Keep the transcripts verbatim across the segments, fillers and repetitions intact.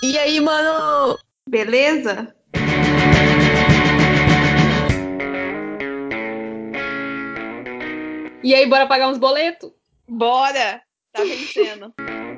E aí, mano? Beleza? E aí, bora pagar uns boletos? Bora! Tá vencendo.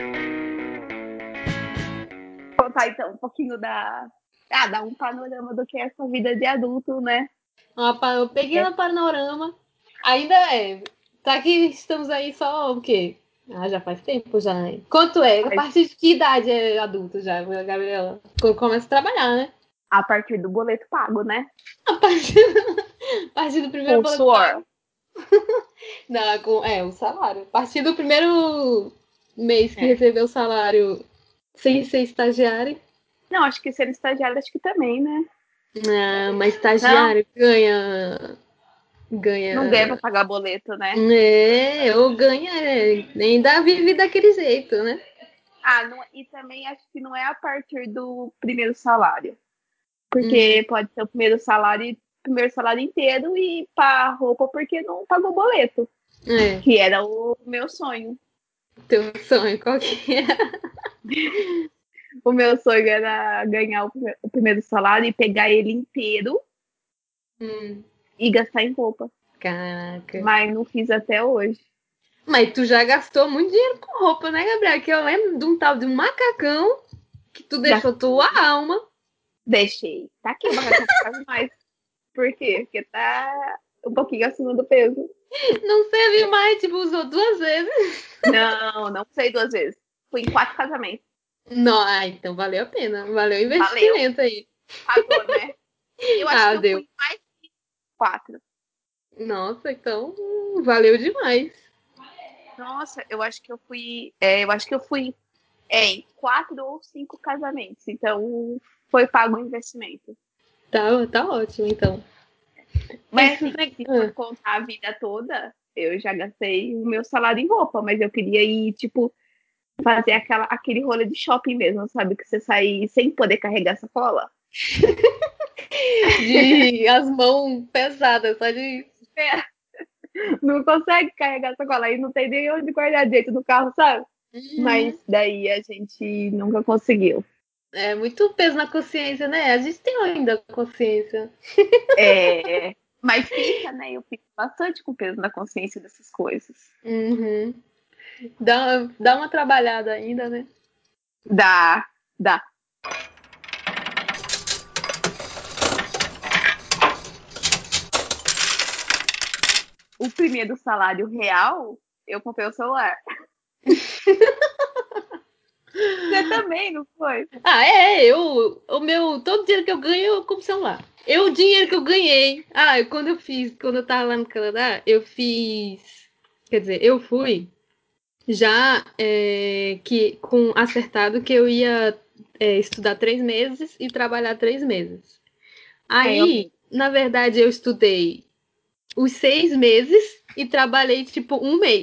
Vou contar então um pouquinho da. Ah, dar um panorama do que é essa vida de adulto, né? Uma pa- Eu peguei É. no panorama. Ainda é. Tá que estamos aí só o quê? Ah, já faz tempo já, né? Quanto é? A Mas partir de que idade é adulto já, Gabriela? Quando começa a trabalhar, né? a partir do boleto pago, né? A partir, a partir do primeiro Com boleto suor. pago. Não, com, é, o salário. A partir do primeiro mês que É. recebeu o salário sem ser estagiário. Não, acho que sendo estagiário, acho que também, né? Ah, mas Não, estagiário ganha. não ganha pra Ganha. pagar boleto, né? É, ou ganha, é, nem dá vive daquele jeito, né? Ah, não, e também acho que não é a partir do primeiro salário. Hum, Porque pode ser o primeiro salário, primeiro salário inteiro e para roupa porque não pagou boleto, é, que era o meu sonho. teu sonho, qual que é? O meu sonho era ganhar o, o primeiro salário e pegar ele inteiro Hum, e gastar em roupa. caraca. Mas não fiz até hoje. Mas tu já gastou muito dinheiro com roupa, né, Gabriel? Que eu lembro de um tal de um macacão que tu deixou tua Gastei, alma. deixei. Tá aqui o macacão não cabe mais. Por quê? Porque tá um pouquinho acima do peso. Não serve mais, tipo, usou duas vezes. Não, não sei duas vezes. Fui em quatro casamentos. Não, ah, então valeu a pena. Valeu o Valeu. investimento aí. Pagou, né? Eu acho Ah, que eu fui deu. em mais de quatro. Nossa, então hum, valeu demais. Nossa, eu acho que eu fui. É, eu acho que eu fui é, em quatro ou cinco casamentos. Então, foi pago o investimento. Tá, tá ótimo, então. Mas Esse assim, ne- se for ah, contar a vida toda, eu já gastei o meu salário em roupa, mas eu queria ir, tipo, fazer aquela, aquele rolê de shopping mesmo, sabe? Que você sai sem poder carregar sacola. de as mãos pesadas, só de. É, não consegue carregar sacola, aí não tem nem onde guardar dentro do carro, sabe? Mas Uhum. daí a gente nunca conseguiu. É muito peso na consciência, né? A gente tem ainda consciência. É, mas fica, né? Eu fico bastante com peso na consciência dessas coisas. Uhum. Dá, dá uma trabalhada ainda, né? Dá, dá. O primeiro salário real, eu comprei o celular. Você também, não foi? Ah, é, eu, o meu, todo dinheiro que eu ganho, eu compro celular. Eu, o dinheiro que eu ganhei, ah, eu- quando eu fiz, quando eu tava lá no Canadá, eu fiz, quer dizer, eu fui já é, que com acertado que eu ia é, estudar três meses e trabalhar três meses. É, eu Aí, vi. na verdade, eu estudei os seis meses e trabalhei tipo um mês.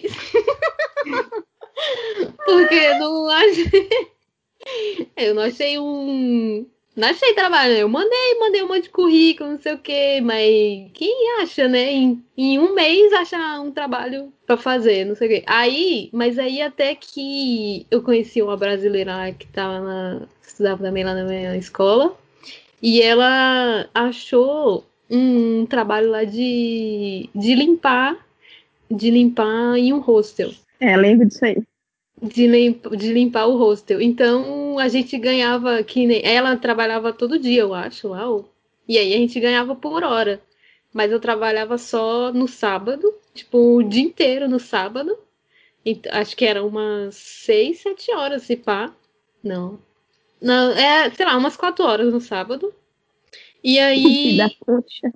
Porque não achei, eu não achei um. Não achei trabalho. Eu mandei, mandei um monte de currículo, não sei o quê, mas quem acha, né? Em, em um mês achar um trabalho pra fazer, não sei o quê. Aí, mas aí até que eu conheci uma brasileira lá que tava na, estudava também lá na minha escola, e ela achou um trabalho lá de, de limpar, de limpar em um hostel. É, lembro disso aí. De, lim, de limpar o hostel. Então a gente ganhava que nem. Ela trabalhava todo dia, eu acho, lá. E aí a gente ganhava por hora. Mas eu trabalhava só no sábado, tipo, o dia inteiro no sábado. Então, acho que eram umas seis, sete horas, se pá. Não. Não, é, sei lá, umas quatro horas no sábado. E Vida aí. trouxa.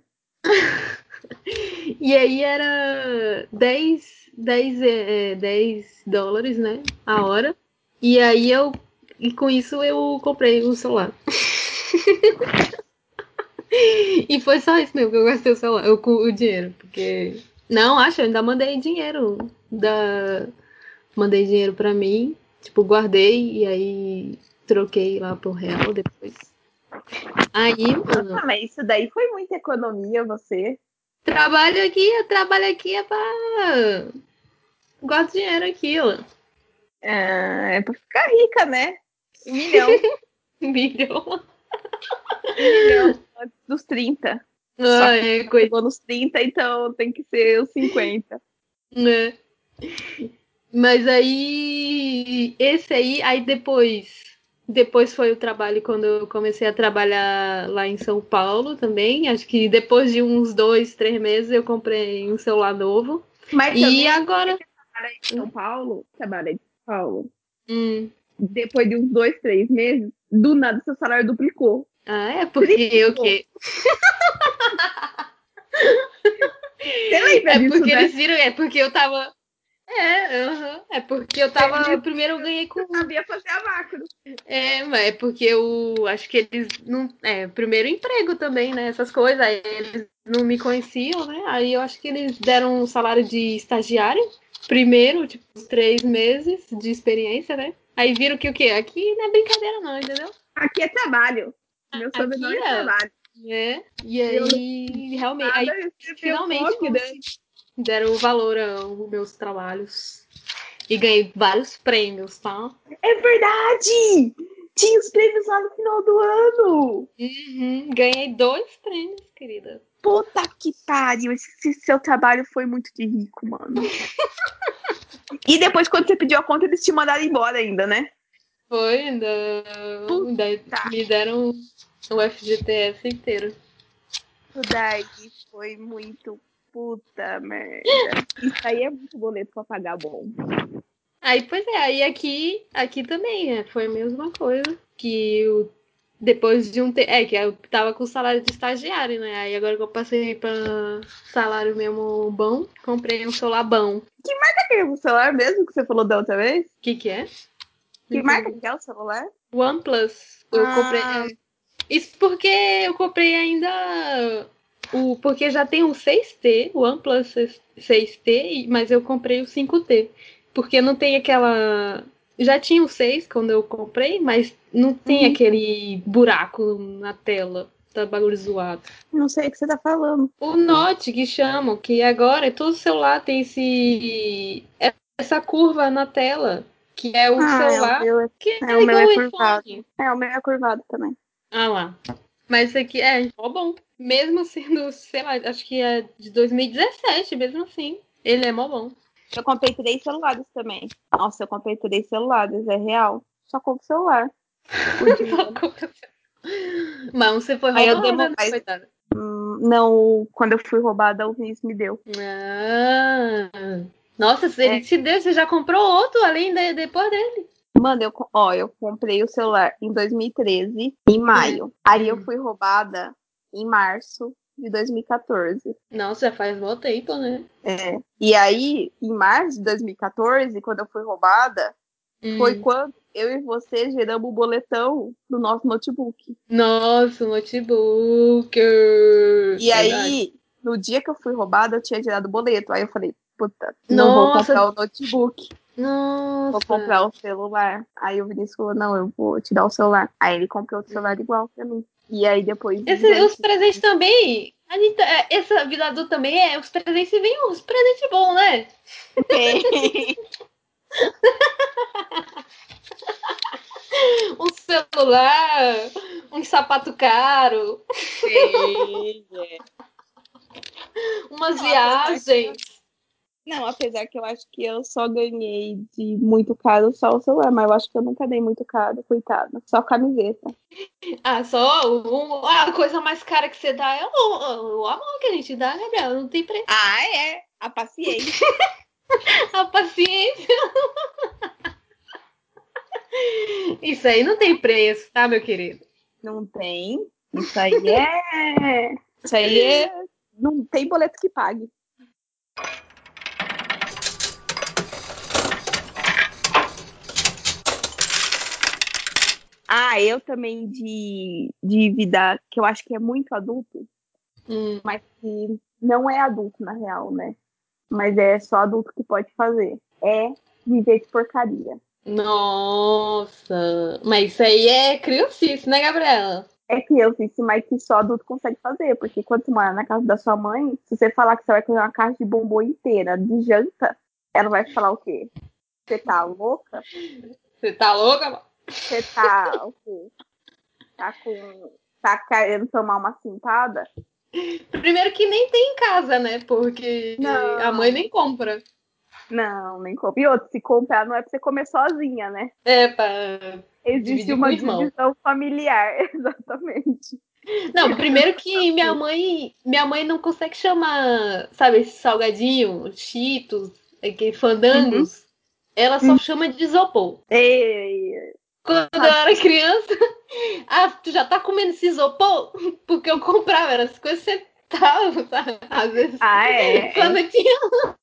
E aí era dez dez é, dez dólares, né? A hora. E aí eu. E com isso eu comprei o celular. E foi só isso mesmo que eu gastei o celular, eu, com o dinheiro. Porque. Não, acho, eu ainda mandei dinheiro. Da... Mandei dinheiro pra mim. Tipo, guardei e aí troquei lá pro real depois. Aí, mano, Ah, mas isso daí foi muita economia, você. trabalho aqui, eu trabalho aqui é pra. Guardo dinheiro aqui, ó. É, é pra ficar rica, né? Um milhão. Um milhão. Um milhão antes dos trinta. Só Ah, que é, chegou coisa. nos trinta, então tem que ser os cinquenta. Né? Mas aí, esse aí, aí depois, depois foi o trabalho quando eu comecei a trabalhar lá em São Paulo também. Acho que depois de uns dois, três meses eu comprei um celular novo. Mas E também, agora, você trabalha em São Paulo, trabalha em São Paulo, hum, depois de uns dois, três meses, do nada seu salário duplicou. ah, é porque eu Triplicou. que Você lembra é disso, porque né? eles viram, é porque eu tava é, aham, é porque eu tava Ele primeiro eu ganhei com você sabia fazer a macro. é, mas é porque eu acho que eles não. É, primeiro emprego também, né? Essas coisas. Aí eles não me conheciam, né? Aí eu acho que eles deram um salário de estagiário. Primeiro, tipo, uns três meses de experiência, né? Aí viram que o quê? Aqui não é brincadeira, não, entendeu? Aqui é trabalho. Meu Aqui sobrenome é é. trabalho. Né? E E eu lembro aí, realmente. nada Aí recebeu finalmente blog, né? deram valor aos meus trabalhos. E ganhei vários prêmios, tá? É verdade! Tinha os prêmios lá no final do ano! Uhum, ganhei dois prêmios, querida. Puta que pariu! Esse seu trabalho foi muito de rico, mano. E depois, quando você pediu a conta, eles te mandaram embora ainda, né? Foi, ainda, ainda Puta, me deram o F G T S inteiro. isso daí foi muito puta merda. Isso aí é muito boleto pra pagar bom. Aí, pois é, aí aqui, aqui também é, foi a mesma coisa. Que eu, depois de um tempo. É, que eu tava com salário de estagiário, né? Aí agora que eu passei pra salário mesmo bom, comprei um celular bom. Que é o celular mesmo que você falou da outra vez? O que, que é? Não Que marca entendi. que é o celular? OnePlus. Eu comprei. Ah, É, isso porque eu comprei ainda. O, porque já tem o seis T, o OnePlus seis T, mas eu comprei o cinco T. Porque não tem aquela. Já tinha o seis quando eu comprei, mas não tem uhum. aquele buraco na tela. Tá bagulho zoado. Não sei o que você tá falando. O Note que chamam, que agora todo celular tem esse essa curva na tela, que é o Ah, é o celular meu. É, que é, o é meu igual é o curvado. iPhone. É, o meu é curvado também. Ah lá. Mas esse aqui é ó bom. Mesmo sendo, sei lá, acho que é de dois mil e dezessete, mesmo assim. Ele é mó bom. Eu comprei três celulares também. Nossa, eu comprei três celulares, é real. Só compro celular por dinheiro. Mas você foi Aí eu roubada, demoro. né, Mas, coitada? hum, não, quando eu fui roubada, o Vinícius me deu. Ah. Nossa, se É, ele te deu, você já comprou outro além de, depois dele. mano, eu, co- ó, eu comprei o celular em dois mil e treze, em É. maio. Aí eu Hum. fui roubada em março de dois mil e quatorze. Nossa, já faz bom tempo, né? É. E aí, em março de dois mil e quatorze, quando eu fui roubada, foi Hum. quando eu e você geramos o boletão do nosso notebook. Nossa, o notebook. E Verdade. aí, no dia que eu fui roubada, eu tinha gerado o boleto. Aí eu falei, puta, não vou Nossa, comprar o notebook, vou comprar nossa. o celular. Aí o Vinícius falou, não, eu vou te dar o celular. Aí ele comprou outro celular igual pra mim. E aí depois Esse, virou os esse. presentes também. A gente, tá- é, essa vida adulta também é. Os presentes vêm uns presentes bons, né? Tem. Um celular, um sapato caro, Tem, é. umas Não, apesar que eu, viagens. não, apesar que eu acho que eu só ganhei de muito caro só o celular, mas eu acho que eu nunca dei muito caro, coitada. Só camiseta. Ah, só um, a coisa mais cara que você dá é o, o amor que a gente dá, Gabriela. Não tem preço. Ah, é. A paciência. A paciência. Isso aí não tem preço, tá, meu querido? Não tem. Isso aí é. Isso aí é. Não tem boleto que pague. Ah, eu também de, de vida que eu acho que é muito adulto, Hum. mas que não é adulto na real, né? Mas é só adulto que pode fazer. É viver de porcaria. Nossa, mas isso aí é criancice, né, Gabriela? É que eu disse, mas que só adulto consegue fazer, porque quando você mora na casa da sua mãe, se você falar que você vai comer uma caixa de bombom inteira de janta, ela vai falar o quê? Você tá louca? Você tá louca? Você tá o quê? Tá com. Tá querendo tomar uma cintada? Primeiro que nem tem em casa, né? Porque Não. a mãe nem compra. Não, nem compra. E outro, se comprar não é pra você comer sozinha, né? É, pra Existe dividir com o uma irmão. divisão familiar, exatamente. Não, primeiro que minha mãe, minha mãe não consegue chamar, sabe, esse salgadinho, Cheetos, aquele fandangos. Uhum. Ela só chama de isopor. Ei, Quando eu era criança, ah, tu já tá comendo esse isopor? Porque eu comprava, era cinquenta centavos, sabe? Às vezes, ah, é, quando é. tinha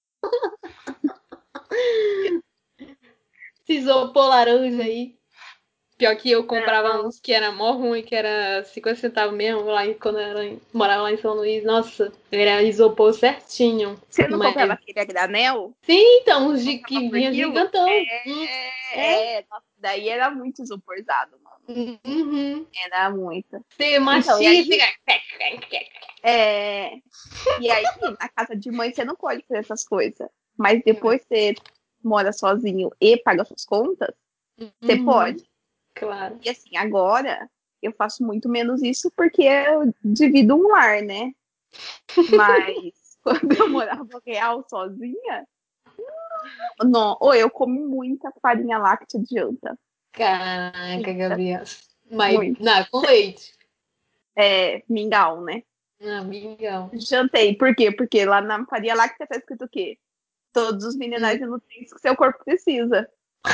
esse isopor laranja aí. Pior que eu comprava Não. uns que era mó ruim, que era cinquenta centavos mesmo, lá em- quando eu era, em- morava lá em São Luís. Nossa, era isopor certinho. Você não Mas, comprava aquele a granel? sim, então, os gi- Comprava que por vinha quilo? gigantão. Hum, é. É, é. Nossa, daí era muito isoporzado, mano. Uhum. Era muito. Você Então, e mastiga e aí, fica. é, e aí, na casa de mãe, você não pode fazer essas coisas. Mas depois você mora sozinho e paga suas contas, você Uhum. pode. Claro. E assim, agora eu faço muito menos isso porque eu divido um lar, né? Mas quando eu morava real sozinha, não, ou eu como muita farinha láctea de janta. Caraca, Muita, Gabriel. Mas, muito. não, com leite. É, mingau, né? Amigão. Jantei. Por quê? Porque lá na farinha láctea tá escrito o quê? Todos os minerais Hum. e nutrientes que seu corpo precisa.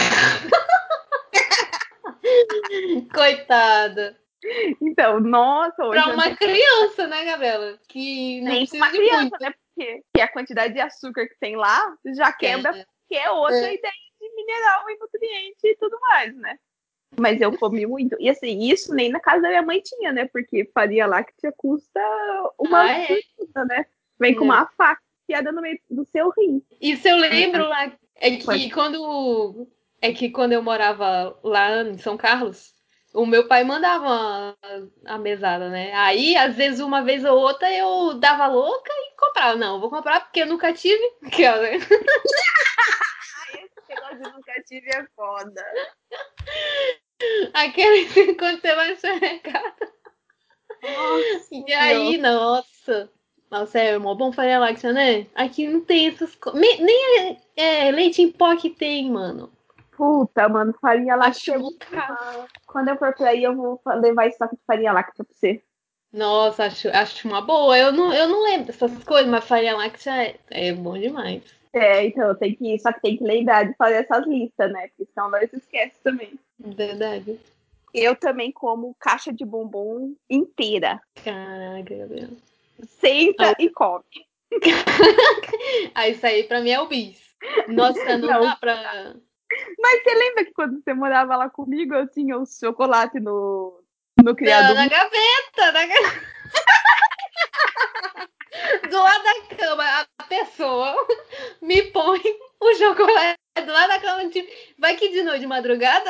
Coitada. Então, nossa, hoje Pra eu uma jantei criança, né, Gabriela? Que não nem pra precisa uma de criança, muito. né? Porque, porque a quantidade de açúcar que tem lá já quebra É. qualquer outra É. ideia de mineral e nutriente e tudo mais, né? Mas eu comi muito. E assim, isso nem na casa da minha mãe tinha, né? Porque farinha láctea custa uma Ah, é. fortuna, né? Vem com Não. uma faca enfiada no meio do seu rim. Isso eu Mas, lembro lá. É pode. que quando. É que quando eu morava lá em São Carlos, o meu pai mandava a mesada, né? Aí, às vezes, uma vez ou outra, eu dava louca e comprava. Não, vou comprar porque eu nunca tive. Que, ó, né? Esse negócio de nunca tive é foda. Aquele quando você vai no supermercado. Nossa, E meu. aí, nossa. Nossa, é mó bom fazer Alexa, né? Aqui não tem essas coisas. Nem é, é, leite em pó que tem, mano. Puta, mano, farinha Acho láctea é mó muito caro. mal. Quando eu for pra aí, eu vou levar esse saco de farinha láctea pra você. Nossa, acho, acho uma boa. Eu não, eu não lembro dessas coisas, mas farinha láctea é, é bom demais. É, então, tem que, só que tem que lembrar de fazer essas listas, né? Porque senão nós esquece também. Verdade. Eu também como caixa de bombom inteira. Caraca, Gabriel. Senta e come. Ah, isso aí pra mim é o bis. Nossa, não Não, dá pra. mas você lembra que quando você morava lá comigo, eu tinha o chocolate no, no Na, criado na mudo? gaveta, na gaveta. Do lado da cama, a pessoa me põe o chocolate do lado da cama. Tipo, vai que de noite, de madrugada,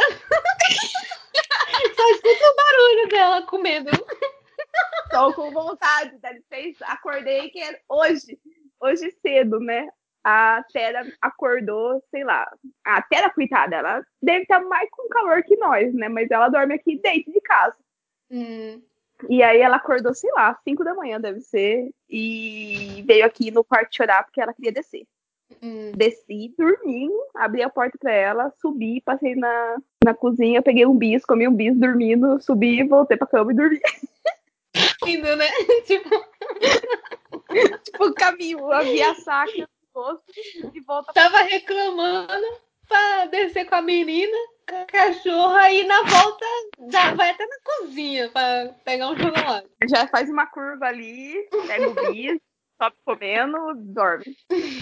só escuta o barulho dela comendo. Tô com vontade, dá licença. Acordei que era hoje, hoje cedo, né? A Tera acordou, sei lá. A Tera, coitada, ela deve estar mais com calor que nós, né? Mas ela dorme aqui dentro de casa. Hum, E aí ela acordou, sei lá, cinco da manhã deve ser, e veio aqui no quarto chorar porque ela queria descer. hum. Desci dormindo, abri a porta pra ela, subi, passei na, na cozinha, peguei um bis, comi um bis dormindo, subi, voltei pra cama e dormi. Lindo, né? Tipo, Tipo, caminho, a via sacra do rosto e volta pra tava reclamando pra descer com a menina, com a cachorra, aí na volta já vai até na cozinha pra pegar um chocolate. já faz uma curva ali, pega o bis, sobe comendo, dorme.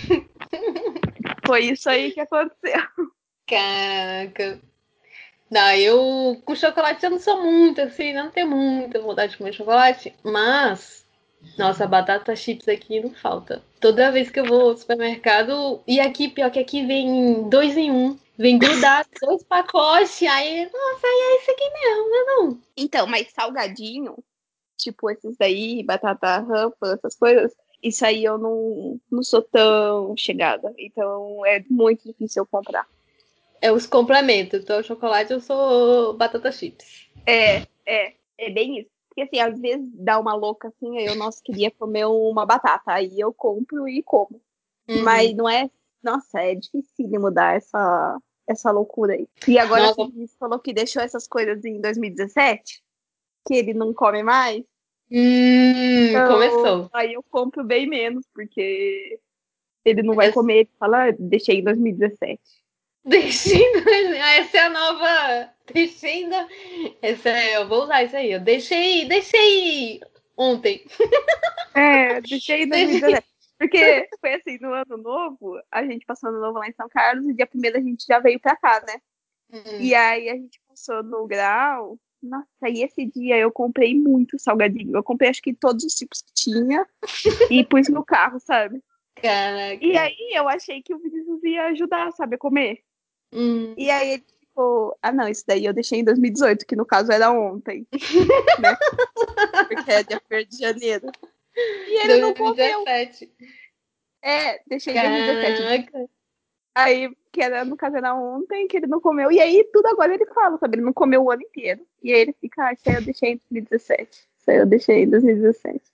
Foi isso aí que aconteceu. Caraca. Não, eu com chocolate eu não sou muito assim, não tenho muita vontade de comer chocolate, mas nossa, batata chips aqui não falta. Toda vez que eu vou ao supermercado, e aqui, pior que aqui vem dois em um, vem grudado, dois pacotes, aí, nossa, aí é esse aqui mesmo, né não? Então, mas salgadinho, tipo esses daí, batata rampa, essas coisas, isso aí eu não, não sou tão chegada. Então é muito difícil eu comprar. É os complementos, então chocolate eu sou batata chips. É, é. É bem isso. Porque assim, às vezes dá uma louca assim, aí eu, nossa, queria comer uma batata. Aí eu compro e como. Uhum. Mas não é. Nossa, é difícil de mudar essa, essa loucura aí. E agora Nossa. que você falou que deixou essas coisas em dois mil e dezessete, que ele não come mais. Hum, Então, começou. aí eu compro bem menos, porque ele não vai Essa, comer. Ele fala, ah, deixei em dois mil e dezessete. deixei. Ah, essa é a nova. Deixei. Da... Essa é, eu vou usar isso aí. Eu deixei. Deixei ontem. É, deixei em Deixei. dois mil e dezessete. Porque foi assim, no ano novo, a gente passou ano novo lá em São Carlos, e dia primeiro a gente já veio pra cá, né? Hum. E aí a gente passou no Grau. Nossa, e esse dia eu comprei muito salgadinho. Eu comprei acho que todos os tipos que tinha e pus no carro, sabe? E Caraca. aí eu achei que o Vinícius ia ajudar, sabe, a comer. Hum. E aí ele ficou, ah não, isso daí eu deixei em dois mil e dezoito, que no caso era ontem, né? Porque é dia primeiro de janeiro. E ele não comeu. dois mil e dezessete. É, deixei em dois mil e dezessete. Caraca. Aí, que era, no caso era ontem, que ele não comeu. E aí, tudo agora ele fala, sabe? Ele não comeu o ano inteiro. E aí ele fica, ah, isso aí eu deixei em dois mil e dezessete. Isso aí eu deixei em dois mil e dezessete.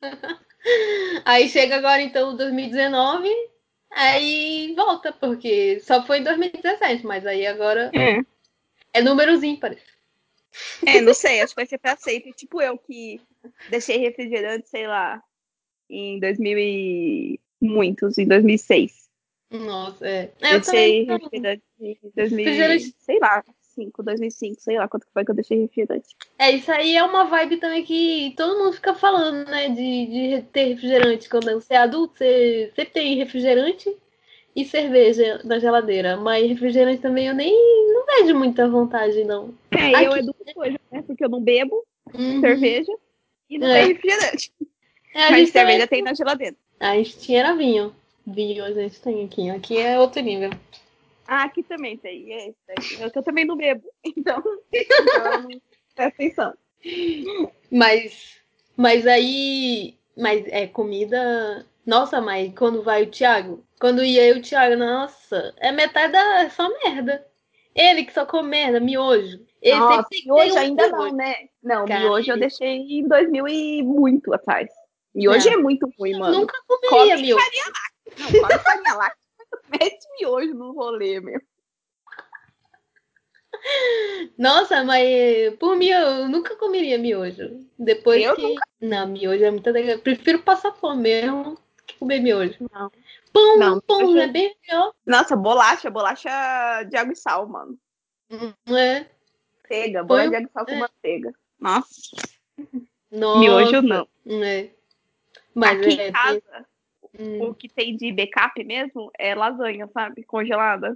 Aí chega agora então dois mil e dezenove, aí volta, porque só foi em dois mil e dezessete, mas aí agora É. é números ímpares. É, não sei, acho que vai ser pra sempre. Tipo eu que deixei refrigerante, sei lá, em dois mil e muitos, em dois mil e seis. Nossa, é. É, eu também Deixei não. refrigerante em dois mil, e- Refrigerante. sei lá, cinco, dois mil e cinco, sei lá quanto que foi que eu deixei refrigerante. É, isso aí é uma vibe também que todo mundo fica falando, né? De, de ter refrigerante. Quando você é adulto, você sempre tem refrigerante e cerveja na geladeira. Mas refrigerante também eu nem não vejo muita vontade, não. É, eu Aqui. é duas coisas, né? Porque eu não bebo Uhum. cerveja e não tem É. refrigerante. É, a Mas gente também. cerveja tem na geladeira. A gente tinha era vinho. Vinho a gente tem aqui. Aqui é outro nível. Ah, aqui também tem. É isso aí. Eu, que eu também não bebo. Então, então eu não presto atenção. Mas, mas aí, mas é comida. Nossa, mas quando vai o Thiago, quando ia eu e o Thiago, nossa, é metade da é só merda. Ele que só come merda, miojo. Ele sempre Nossa, tem que ter miojo um ainda não, miojo. né? Não, Cara, miojo eu deixei em dois mil e muito atrás. Miojo não, é muito ruim, eu mano. nunca comeria Come miojo. farinha láctea. Não, come farinha láctea. Mete miojo no rolê, meu. Nossa, mas por mim eu nunca comeria miojo. Depois Eu que. nunca. Não, miojo é muito legal. Prefiro passar fome mesmo que comer miojo. Não, Pão, não, pão é miojo. bem melhor. Nossa, bolacha, bolacha de água e sal, mano. Não é? Manteiga, bolacha Põe. de água e sal com É. manteiga. Nossa, miojo Nossa, não. é. Mas Aqui em é. casa, o Hum, que tem de backup mesmo é lasanha, sabe? Congelada.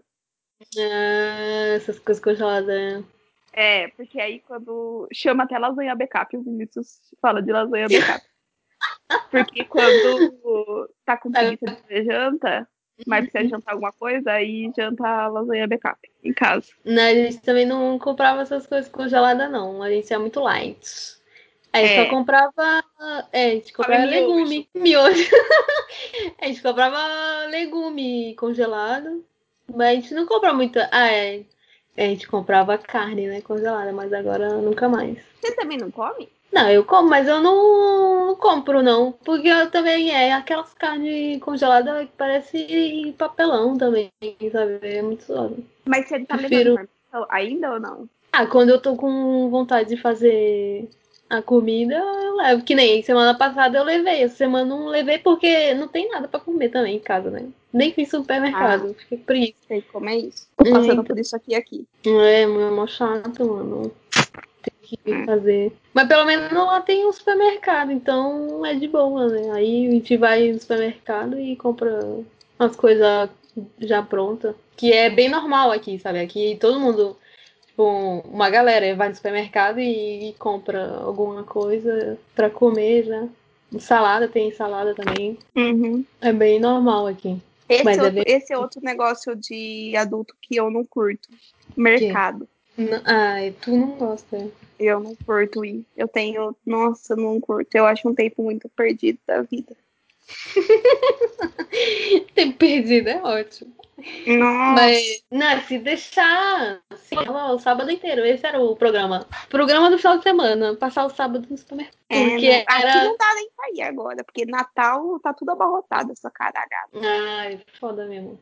ah, essas coisas congeladas. É, porque aí quando chama até lasanha backup, o Vinícius fala de lasanha backup. Porque quando tá com É. preguiça de fazer janta, mas precisa jantar alguma coisa, aí janta a lasanha backup em casa. Né, a gente também não comprava essas coisas congeladas, não. A gente é muito light. Aí só É, comprava. É, a gente come comprava miojo. legume, miojo. A gente comprava legume congelado. Mas a gente não compra muito. Ah, é. A gente comprava carne, né, congelada, mas agora nunca mais. Você também não come? Não, eu como, mas eu não, não compro, não. Porque eu também é aquelas carnes congeladas que parece papelão também, sabe? É muito suave. Mas você tá levando Prefiro. marmita ainda ou não? Ah, quando eu tô com vontade de fazer a comida, eu levo. Que nem semana passada eu levei. Essa semana não levei porque não tem nada pra comer também em casa, né? Nem fui no Ah, supermercado. Fiquei por isso. sei como é isso. Tô passando Então, por isso aqui aqui. é, é mó chato, mano. Que É. fazer. Mas pelo menos lá tem um supermercado, então é de boa, né? Aí a gente vai no supermercado e compra as coisas já prontas. Que é bem normal aqui, sabe? Aqui todo mundo, tipo, uma galera vai no supermercado e, e compra alguma coisa pra comer já. Salada, tem salada também. Uhum. É bem normal aqui. Esse, Mas é outro, bem. esse é outro negócio de adulto que eu não curto. Que? Mercado. Ai, tu não gosta. Eu não curto ir. Eu tenho. Nossa, eu não curto. Eu acho um tempo muito perdido da vida. Tempo perdido é ótimo. Nossa. Mas, não, se deixar, assim, o sábado inteiro, esse era o programa. Programa do final de semana, passar o sábado no supermercado. É, não. Porque Aqui era. não dá nem pra ir agora, porque Natal tá tudo abarrotado, essa caralhada. Ai, foda mesmo.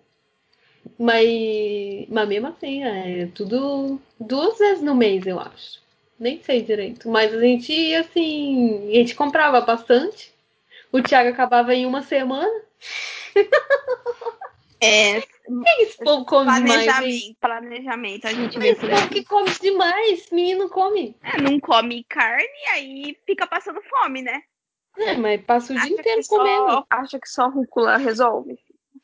Mas, mas mesmo assim, é tudo duas vezes no mês, eu acho. Nem sei direito. Mas a gente ia assim, a gente comprava bastante. O Thiago acabava em uma semana. É, Esse povo come demais, hein? planejamento, planejamento, a gente vê Mas por esse povo que aí. come demais, menino come. É, não come carne, aí fica passando fome, né? É, mas passa o dia Acha que inteiro comendo. só, acha que só rúcula resolve.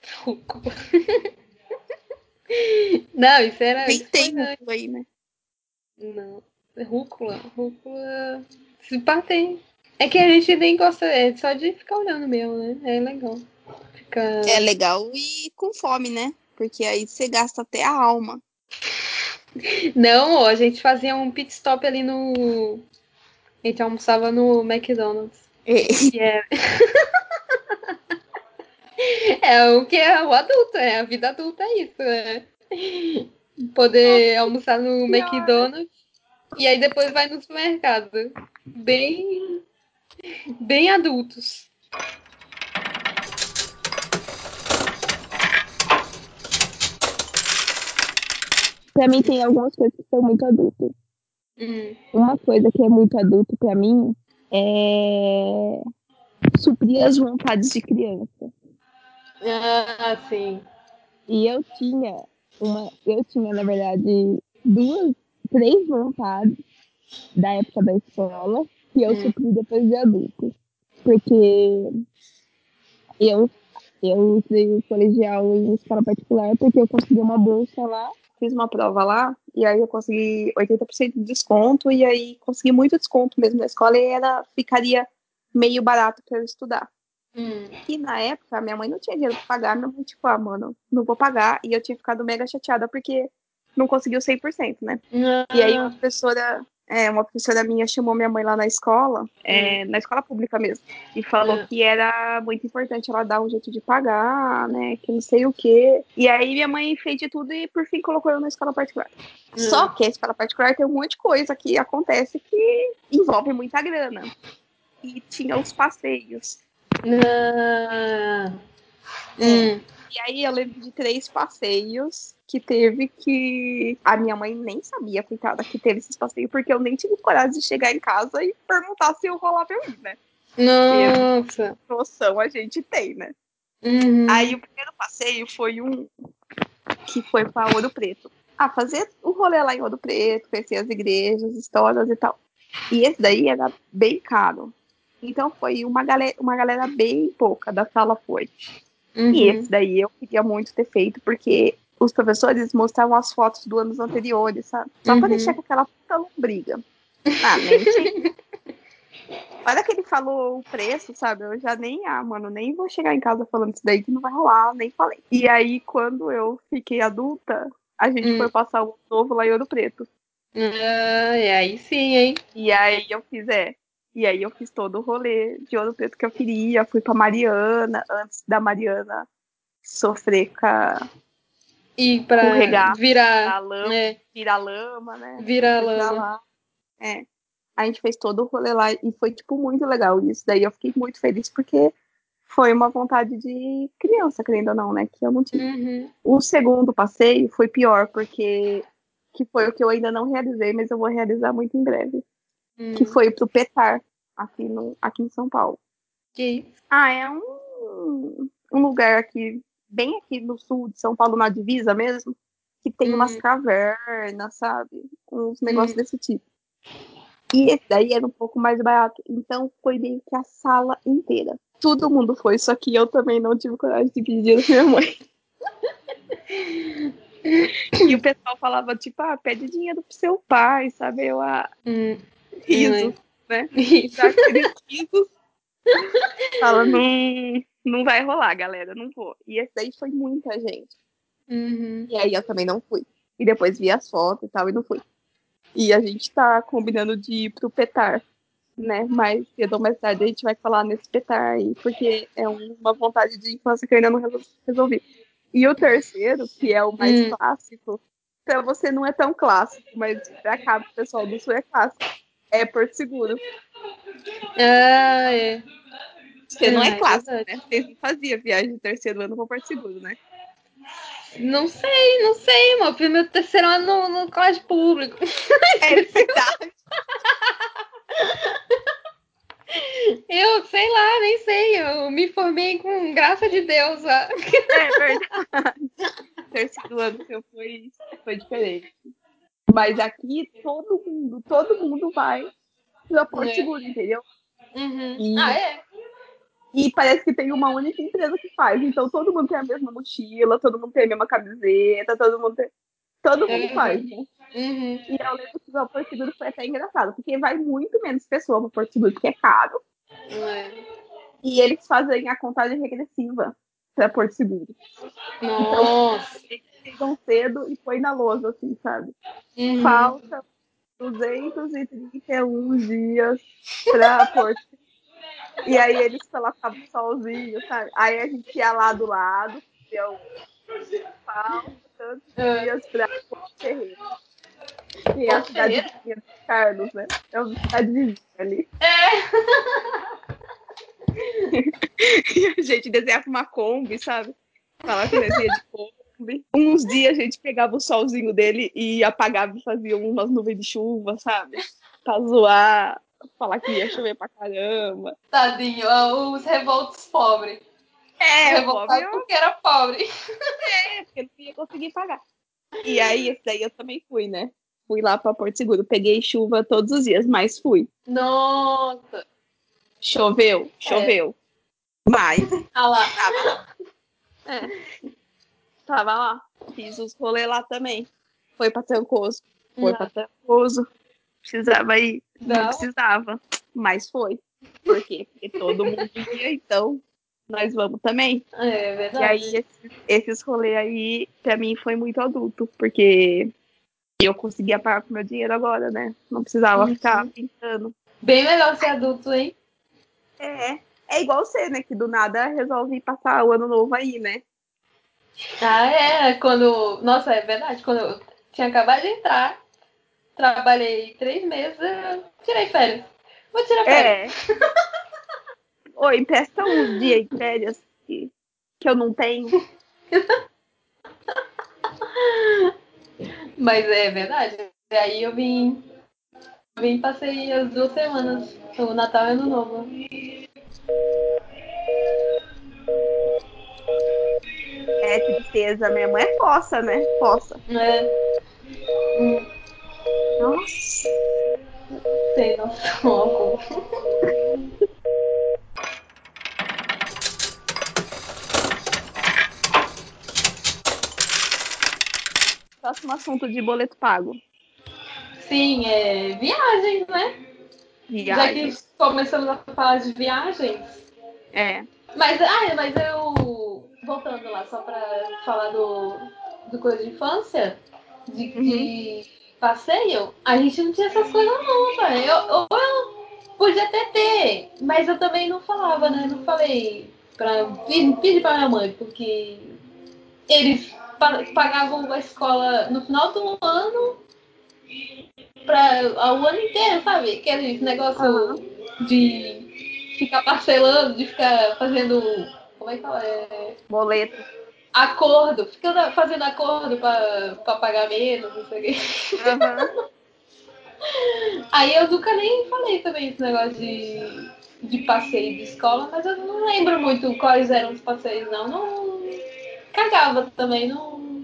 Não, isso era. Nem Isso foi tem antes. rúcula aí, né? Não. Rúcula. Rúcula. Se pá, tem. É que a gente nem gosta. É só de ficar olhando mesmo, né? É legal. É Fica. legal e com fome, né? Porque aí você gasta até a alma. Não, ó, a gente fazia um pit stop ali no. A gente almoçava no McDonald's. É. E é, é o que é o adulto, é a vida adulta, é isso, né? Poder almoçar no Senhora. McDonald's e aí depois vai no supermercado. Bem, bem adultos. Pra mim tem algumas coisas que são muito adultas. Hum. Uma coisa que é muito adulto pra mim é suprir as vontades de criança. Ah, sim. E eu tinha uma, eu tinha, na verdade, duas, três vontades da época da escola que eu Hum. supri depois de adulto. Porque eu, eu usei o colegial em escola particular porque eu consegui uma bolsa lá, fiz uma prova lá, e aí eu consegui oitenta por cento de desconto, e aí consegui muito desconto mesmo na escola, e era, ficaria meio barato para eu estudar. Hum. Que na época minha mãe não tinha dinheiro pra pagar, minha mãe, tipo, ah, mano, não vou pagar, e eu tinha ficado mega chateada porque não conseguiu cem por cento, né? E aí uma Ah, professora, é, uma professora minha chamou minha mãe lá na escola, hum. é, na escola pública mesmo, e falou Ah, que era muito importante ela dar um jeito de pagar, né, que não sei o quê. E aí minha mãe fez de tudo e por fim colocou eu na escola particular. Só ah. que a escola particular tem um monte de coisa que acontece que envolve muita grana. E tinha os passeios. Ah. É. Hum. E aí eu lembro de três passeios que teve que. A minha mãe nem sabia, coitada, que teve esses passeios, porque eu nem tive coragem de chegar em casa e perguntar se eu rolava eu ir, né? Porque Nossa. noção a gente tem, né? Aí Uhum. o primeiro passeio foi um que foi para Ouro Preto. Ah, fazer o rolê lá em Ouro Preto, conhecer as igrejas, histórias e tal. E esse daí era bem caro. Então foi uma galera, uma galera bem pouca da sala foi. E esse Uhum. daí eu queria muito ter feito, porque os professores mostravam as fotos do anos anteriores, sabe? Só pra deixar Uhum. com aquela puta lombriga. Ah, nem tinha. A hora que ele falou o preço, sabe? Eu já nem, ah, mano, nem vou chegar em casa falando isso daí que não vai rolar, nem falei. E aí, quando eu fiquei adulta, a gente Hum. foi passar o novo lá em Ouro Preto. Ah, e aí sim, hein? E aí eu fiz, é. E aí eu fiz todo o rolê de Ouro Preto que eu queria. Fui pra Mariana, antes da Mariana sofrer com a E com o pra regaço virar, da lama, né? virar lama, né? Eu Virar fui pra lama. lá. É. A gente fez todo o rolê lá e foi, tipo, muito legal isso. Daí eu fiquei muito feliz porque foi uma vontade de criança, querendo ou não, né? Que eu não tive. Uhum. O segundo passeio foi pior, porque que foi o que eu ainda não realizei, mas eu vou realizar muito em breve. Que Hum. foi pro Petar, aqui, no, aqui em São Paulo. Que isso? Ah, é um, um lugar aqui, bem aqui no sul de São Paulo, na divisa mesmo, que tem umas Hum. cavernas, sabe? Uns negócios Hum. desse tipo. E esse daí era um pouco mais barato, então foi meio que a sala inteira. Todo mundo foi, só que eu também não tive coragem de pedir pra minha mãe. E o pessoal falava, tipo, ah, pede dinheiro pro seu pai, sabe? Eu, ah, Hum. Hum, risos, é. né? Isso. Dá aqueles risos. Fala, não, não vai rolar, galera, não vou. E esse daí foi muita gente. Uhum. E aí eu também não fui. E depois vi as fotos e tal e não fui. E a gente tá combinando de ir pro Petar, né? Mais cedo ou mais tarde a gente vai falar nesse Petar aí, porque é uma vontade de infância que eu ainda não resolvi. E o terceiro, que é o mais Hum. clássico, pra você não é tão clássico, mas pra cá, pro pessoal do sul é clássico. É Porto Seguro. Ah, é. Você não é Ah, é clássico, verdade. né? Vocês não faziam viagem de terceiro ano pra Porto Seguro, né? Não sei, não sei, mano. Fiz meu terceiro ano no, no colégio público. É verdade. Eu sei lá, nem sei. Eu me formei com graça de Deus. Ó. É verdade. Terceiro ano seu foi, foi diferente. Mas aqui todo mundo, todo mundo vai pra Porto Né? Seguro, entendeu? Uhum. Ah, E, é? e parece que tem uma única empresa que faz. Então todo mundo tem a mesma mochila, todo mundo tem a mesma camiseta, todo mundo tem... Todo mundo faz, Uhum. né? Uhum. E eu lembro que o Porto Seguro foi até engraçado, porque vai muito menos pessoa para Porto Seguro, porque é caro. É. E eles fazem a contagem regressiva para Porto Seguro. Então, Nossa. eles chegam cedo e põe na lousa, assim, sabe? Uhum. Falta duzentos e trinta e um dias para Porto. E aí eles colocavam o solzinho, sabe? Aí a gente ia lá do lado, deu falta tantos É. dias para Porto Ferreira. Que é a Porto cidade Ferreira? vizinha de Carlos, né? É uma cidade vizinha ali. É. E a gente desenhava uma Kombi, sabe? Falava que nós ia de Kombi. Uns dias a gente pegava o solzinho dele e apagava e fazia umas nuvens de chuva, sabe? Pra zoar, falar que ia chover pra caramba. Tadinho, ó, os revoltos pobres. É, pobre, Revoltado eu porque era pobre. é, porque não ia conseguir pagar. E aí, esse daí eu também fui, né? Fui lá pra Porto Seguro. Peguei chuva todos os dias, mas fui. Nossa. Choveu, É. choveu. Mas Ah lá. tava lá. É, tava lá. Fiz os rolês lá também. Foi pra Trancoso. Foi pra Não. Trancoso. Precisava ir. Não Não. precisava. Mas foi. Por quê? Porque todo mundo ia, então nós vamos também. É E aí, verdade. esses, esses rolês aí, pra mim, foi muito adulto. Porque eu conseguia pagar com meu dinheiro agora, né? Não precisava ficar Uhum. pintando. Bem melhor ser adulto, hein? É, é igual você, né? Que do nada resolve passar o ano novo aí, né? Ah, é. Quando. Nossa, é verdade. Quando eu tinha acabado de entrar, trabalhei três meses, eu tirei férias. Vou tirar férias. É. Oi, empresta uns dias de férias que, que eu não tenho. Mas é verdade. E aí eu vim. Vim e passei as duas semanas. O Natal e Ano Novo. É tristeza mesmo. É fossa, né? Fossa. É. Hum, Nossa. Sei noção alguma. Próximo assunto de boleto pago. Sim, é viagens, né? Já que Viagens. começamos a falar de viagens. É. Mas, ah, mas eu. Voltando lá, só pra falar do, do coisa de infância, de, Uhum. de passeio, a gente não tinha essas coisas, não, pai. Eu, eu, eu podia até ter, mas eu também não falava, né? Não falei pra. Pedi pra minha mãe, porque eles pa- pagavam a escola no final do ano para o ano inteiro, sabe? Aquele Aham. negócio de ficar parcelando, de ficar fazendo. Como é que fala? É, Boleto. acordo, ficando fazendo acordo para pagar menos, não sei o quê. Aham. Aí eu nunca nem falei também esse negócio de, de passeio de escola, mas eu não lembro muito quais eram os passeios, não. Não cagava também, não.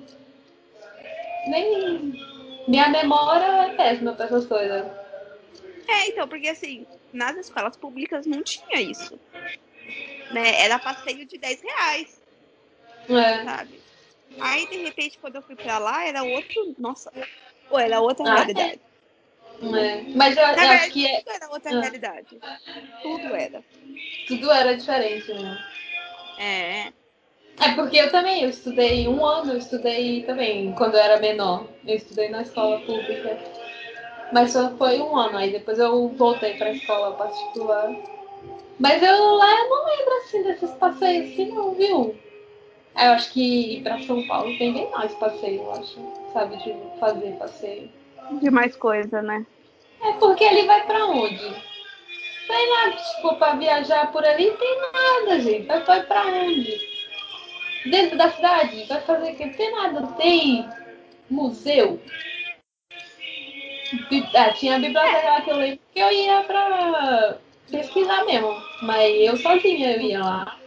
Nem. Minha memória é péssima para essas coisas. É, então, porque assim, nas escolas públicas não tinha isso, né? Era passeio de dez reais, É. sabe? Aí, de repente, quando eu fui pra lá, era outro. Nossa, pô, era outra Ah, é. realidade, né? É. Mas eu, Na eu acho verdade, que é. tudo era outra Ah, realidade. Tudo era. tudo era diferente, né? É. É porque eu também, eu estudei um ano, eu estudei também quando eu era menor. Eu estudei na escola pública. Mas só foi um ano, aí depois eu voltei pra escola particular. Mas eu lá eu não lembro assim desses passeios assim não, viu? Eu acho que ir pra São Paulo tem bem mais passeio, eu acho. Sabe, de fazer passeio. De mais coisa, né? É porque ele vai pra onde? Sei lá, tipo, pra viajar por ali tem nada, gente. Vai, vai pra onde? Dentro da cidade? Vai fazer o quê? Não tem nada. Tem museu. Ah, tinha a biblioteca lá que eu lembro que eu ia pra pesquisar mesmo. Mas eu sozinha eu ia lá.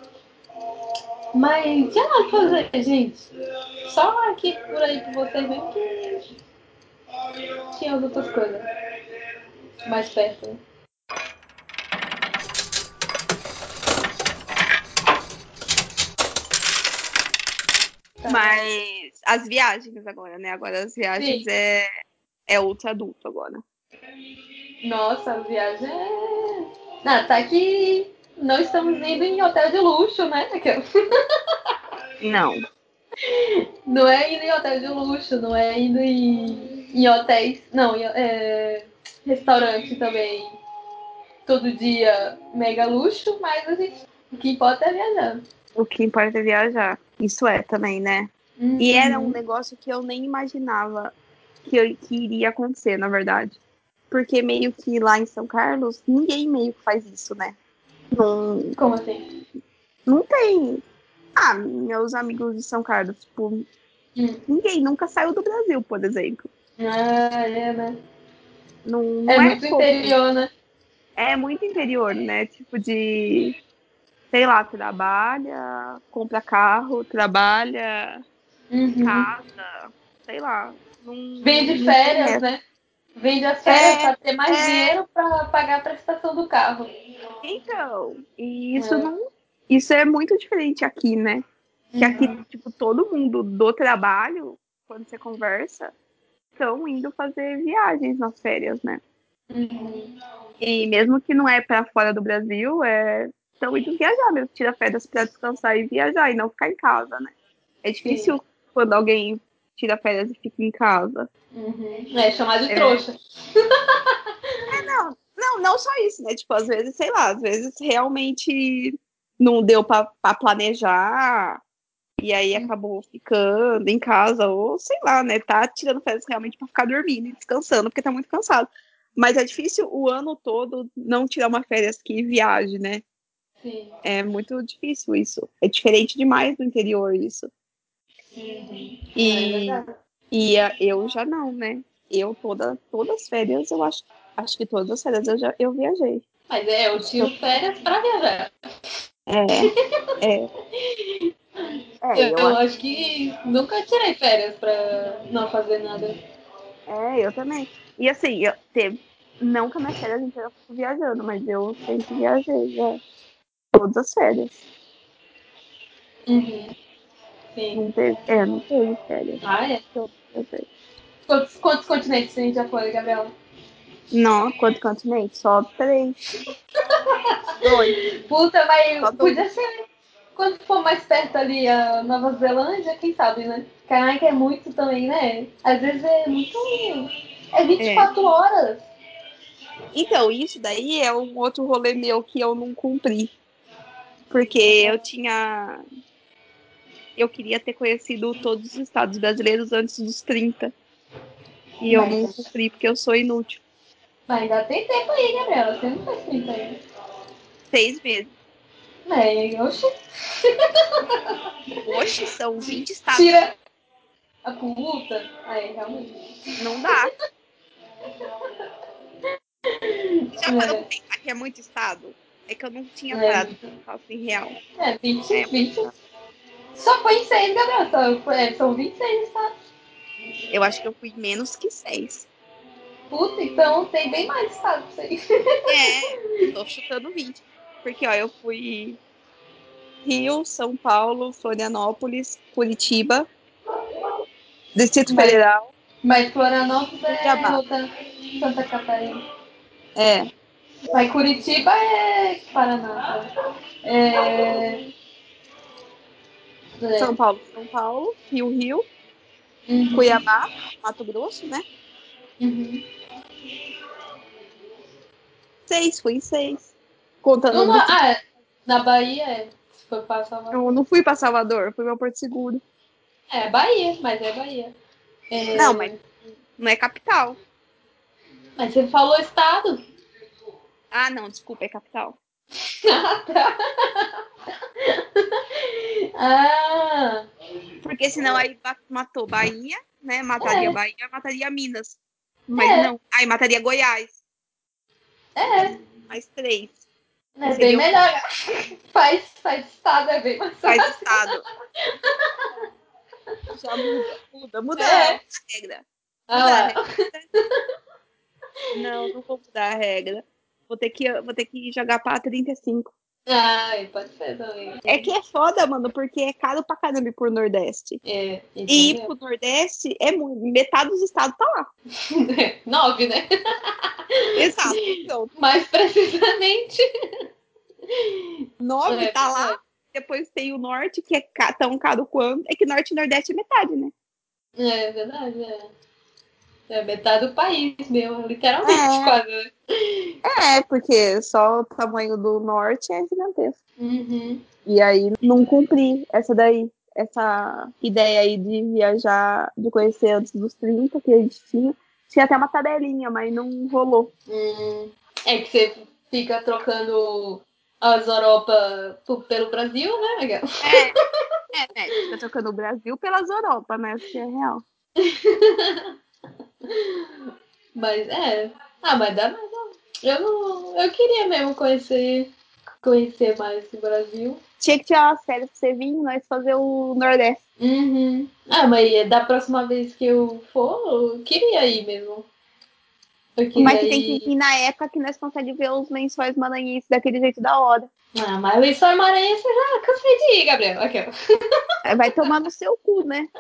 Mas tinha nada pra fazer, gente. Só aqui por aí com vocês mesmo que tinha as outras coisas mais perto. Né? Mas as viagens agora, né? Agora as viagens Sim. é, é outro adulto agora. Nossa, a viagem é. Ah, tá que não estamos indo em hotel de luxo, né? Não. Não é indo em hotel de luxo, não é indo em, em hotéis. Não, em, é, restaurante também. Todo dia mega luxo, mas a gente, o que importa é viajar. O que importa é viajar. Isso é também, né? E era um Uhum. negócio que eu nem imaginava que, eu, que iria acontecer, na verdade. Porque meio que lá em São Carlos, ninguém meio que faz isso, né? Não, Como assim? não tem. Ah, meus amigos de São Carlos, tipo, Hum. ninguém nunca saiu do Brasil, por exemplo. Ah, é, né? Não, É não é muito comum. interior, né? É muito interior, né? Tipo de, sei lá, trabalha, compra carro, trabalha, Uhum. casa, sei lá. Não, Vende não tem férias, essa. né? Vende as férias É, para ter mais é, dinheiro para pagar a prestação do carro. então, e isso É. não, isso é muito diferente aqui, né? Que aqui, Uhum. tipo, todo mundo do trabalho, quando você conversa, estão indo fazer viagens nas férias, né? Uhum. E mesmo que não é para fora do Brasil, é estão indo viajar mesmo, tira férias para descansar e viajar e não ficar em casa, né? É Sim. difícil quando alguém tira férias e fica em casa. Uhum. É chamar de É, trouxa. não, não, não só isso, né? Tipo, às vezes, sei lá, às vezes realmente não deu para planejar e aí acabou ficando em casa ou sei lá, né? Tá tirando férias realmente para ficar dormindo e descansando porque tá muito cansado. Mas é difícil o ano todo não tirar uma férias que viaje, né? Sim. É muito difícil isso. É diferente demais do interior isso. Uhum. É E, verdade. e a- eu já não, né? Eu toda, todas as férias, eu acho, acho que todas as férias eu já eu viajei. Mas é, eu Acho que tiro eu, férias para viajar. é, é, é, eu Eu acho, acho que nunca tirei férias para não fazer nada. é, eu também. E assim, eu teve, não que a minha férias inteira eu fico viajando, mas eu sempre viajei, já, todas as férias. Uhum. Sim. Não teve, é, não teve férias. Ah, é? Que eu viajei. Quantos, quantos continentes a gente já foi, Gabriela? Não, quanto continente? Só três, dois, Puta, só mas dois. podia ser. Quando for mais perto ali a Nova Zelândia, quem sabe, né? Caraca, é muito também, né? Às vezes é muito. É vinte e É. quatro horas. Então, isso daí é um outro rolê meu que eu não cumpri. Porque eu tinha. Eu queria ter conhecido todos os estados brasileiros antes dos trinta. E eu não Mas, cumpri porque eu sou inútil. mas ainda tem tempo aí, Gabriela. Você não faz trinta ainda. Seis meses. É, oxe, Oxe, são vinte estados. tira a puta. Aí, realmente. Não dá. Você já parou pra É, pensar que é muito estado? É que eu não tinha é, parado muito. pra pensar assim, real. É, vinte, É muito vinte. estado. Só foi em seis, Gabriela. Só, é, são vinte e seis estados. Eu acho que eu fui menos que seis. Puta, então tem bem mais estados pra você. É, tô chutando vinte. Porque, ó, eu fui Rio, São Paulo, Florianópolis, Curitiba, Distrito Mas, Federal, mas Florianópolis é Cuiabá. outra Santa Catarina. É, Mas Curitiba é Paraná. Tá? É, São é. Paulo, São Paulo, Rio, Rio, Uhum, Cuiabá, Mato Grosso, né? uhum. Seis, fui em seis. Contando No, o Distrito. ah, é. Na Bahia é. Foi pra Salvador. Eu não fui pra Salvador, fui pra Porto Seguro. É Bahia, mas é Bahia. É... Não, mas não é capital. Mas você falou estado. Ah, não, desculpa, é capital. Ah, tá. Ah, Porque senão aí ba- matou Bahia, né? Mataria é, Bahia, mataria Minas. Mas é, não, aí mataria Goiás. é. Ficaria mais três. Que É bem seria o melhor. Faz, faz estado, é bem mais faz fácil. estado. Já muda, muda, muda É. a regra. Olha Muda a lá. regra. Não, não vou mudar a regra. Vou ter que, vou ter que jogar pra trinta e cinco. Ai, pode ser também. É que é foda, mano, porque é caro pra caramba ir pro Nordeste. É, E ir entendeu? pro Nordeste é muito. Metade dos estados tá lá. Nove, né? Exato. Então, Mais precisamente. nove É tá lá. verdade. Depois tem o norte, que é ca- tão caro quanto. É que norte e nordeste é metade, né? É verdade, é. É metade do país mesmo, literalmente, É, quase. Né? é, porque só o tamanho do norte é gigantesco. Uhum. E aí não cumpri essa daí, essa ideia aí de viajar, de conhecer antes dos trinta que a gente tinha. Tinha até uma tabelinha, mas não rolou. Hum. É que você fica trocando as Europa por- pelo Brasil, né, Miguel? É, é, né? Fica trocando o Brasil pelas Europa, né? Isso que é real. Mas é. Ah, mas dá mais. Não. Eu não. Eu queria mesmo conhecer. Conhecer mais o Brasil. Tinha que tirar uma férias pra você vir, nós fazer o Nordeste. Uhum. Ah, mas da próxima vez que eu for, eu queria ir mesmo. Eu Mas queria você tem que vir ir. na época que nós conseguimos ver os lençóis maranhenses daquele jeito da hora. Ah, mas o Lençóis Maranhenses eu já cansei de ir, Gabriel. Aqui, ó. Aí vai tomar no seu cu, né?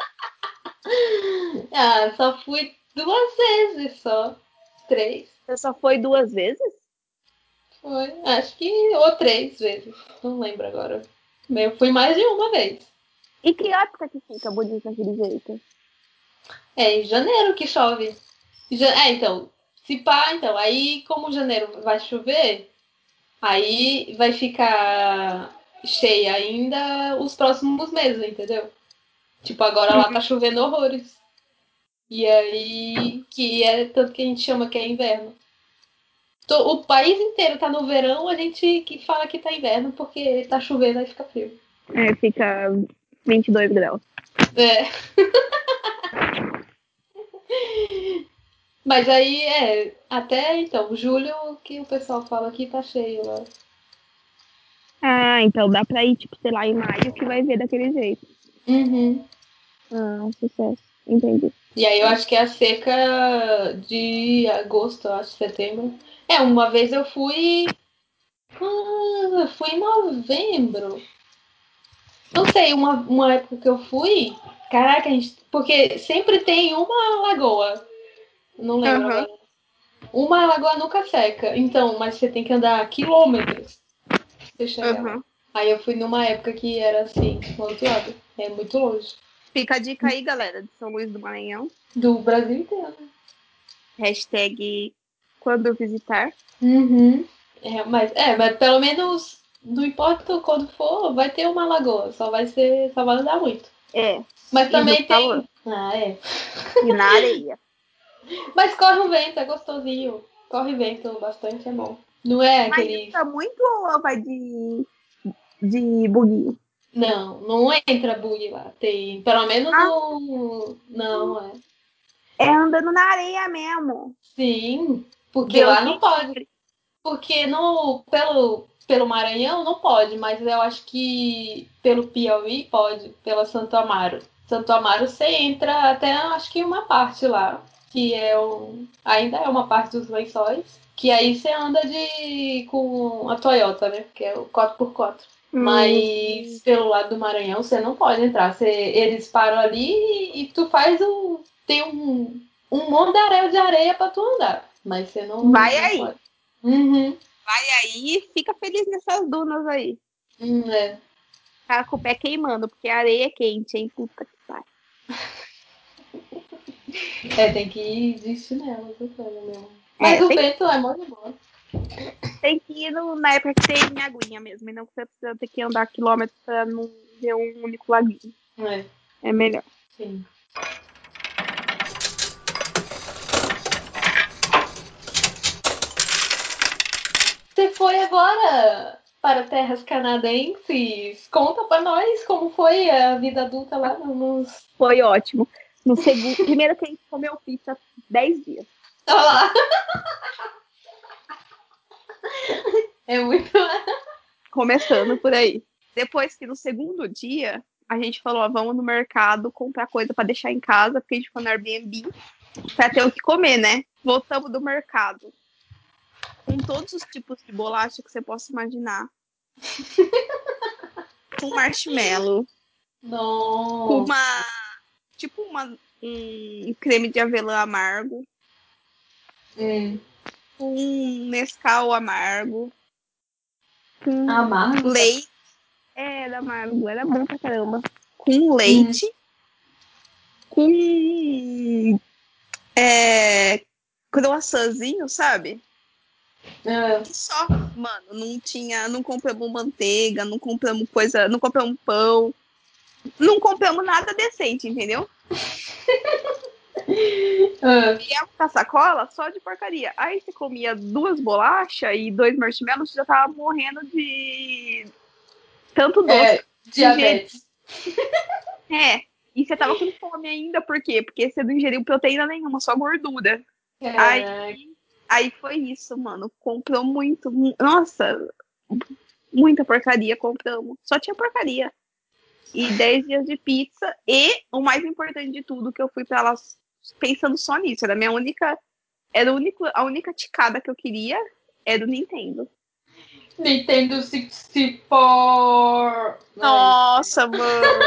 Ah, só fui duas vezes só. Três. Você só foi duas vezes? Foi. Acho que. Ou três vezes. Não lembro agora. Eu fui mais de uma vez. E que época que fica bonito daquele jeito? É em janeiro que chove. Ja- É, então. Se pá, então. Aí, como janeiro vai chover, aí vai ficar cheia ainda os próximos meses, entendeu? Tipo, agora lá tá chovendo horrores. E aí, que é tanto que a gente chama que é inverno. To- O país inteiro tá no verão, a gente que fala que tá inverno porque tá chovendo e fica frio. É, fica vinte e dois graus. É. Mas aí é, até então, julho que o pessoal fala que tá cheio lá. Ah, então dá pra ir, tipo, sei lá, em maio que vai ver daquele jeito. Uhum. Ah, sucesso. Entendi. E aí eu acho que é a seca de agosto, eu acho, setembro. É, uma vez eu fui. Ah, fui em novembro. Não sei, uma, uma época que eu fui. Caraca, a gente. Porque sempre tem uma lagoa. Não lembro Aham, agora. Uma lagoa nunca seca. Então, mas você tem que andar quilômetros pra você chegar lá. aham. Aí eu fui numa época que era assim, do outro lado. É muito longe. Fica a dica aí, galera, de São Luís do Maranhão. Do Brasil inteiro. Hashtag quando visitar. Uhum. É, mas, é, mas pelo menos não importa quando for, vai ter uma lagoa. Só vai ser. Só vai andar muito. É, Mas e no também calor. tem. Ah, é. E na areia. Mas corre um vento, é gostosinho. Corre vento bastante, é bom. Não é Mas aquele. entra muito ou vai de, de buguinho? Não, não entra bug lá. Tem. Pelo menos Ah, no. Não, é. é andando na areia mesmo. Sim, porque Deus lá me não pode. livre. Porque no, pelo, pelo Maranhão não pode, mas eu acho que pelo Piauí pode, pela Santo Amaro. Santo Amaro você entra até acho que uma parte lá, que é um, ainda é uma parte dos lençóis, que aí você anda de com a Toyota, né? Que é o quatro por quatro. Hum, Mas pelo lado do Maranhão você não pode entrar. Você, eles param ali e, e tu faz o. Tem um, um monte de areia de areia pra tu andar. Mas você não, vai não aí. pode. Uhum. Vai aí e fica feliz nessas dunas aí. Hum, é. Tá com o pé queimando, porque a areia é quente, hein? Puta que pariu. É, tem que ir de chinelo, essa coisa mesmo. Mas É, o tem. vento é mó de boa. Tem que ir no, na época que tem aguinha mesmo, e não que você precisa ter que andar quilômetros pra não ver um único laguinho. É, É melhor. sim. Você foi agora para terras canadenses. Conta pra nós como foi a vida adulta lá nos... Foi ótimo. No segundo, primeiro que a gente comeu pizza dez dias. Olha lá. É muito... Começando por aí. Depois que no segundo dia, a gente falou, ó, vamos no mercado comprar coisa pra deixar em casa, porque a gente foi no Airbnb pra ter o que comer, né? Voltamos do mercado com todos os tipos de bolacha que você possa imaginar. Com marshmallow, com Não. uma tipo uma um creme de avelã amargo, Hum. com um Nescau amargo, com Amargo. leite, era amargo, era bom pra caramba. Com Hum. leite, com é, croissantzinho, sabe? É. E só, mano, não tinha, não compramos manteiga, não compramos coisa, não compramos pão, não compramos nada decente, entendeu? É. Viemos com a sacola só de porcaria. Aí você comia duas bolachas e dois marshmallows, você já tava morrendo de tanto doce É, que ingerir. diabetes. É, e você tava com fome ainda, por quê? Porque você não ingeriu proteína nenhuma, só gordura. Caraca. Aí, aí foi isso, mano. Comprou muito. mu- Nossa, muita porcaria compramos. Só tinha porcaria. E dez dias de pizza. E o mais importante de tudo, que eu fui pra lá pensando só nisso. Era a minha única. Era a única, a única ticada que eu queria era o Nintendo. Nintendo sessenta e quatro. Ai. Nossa, mano.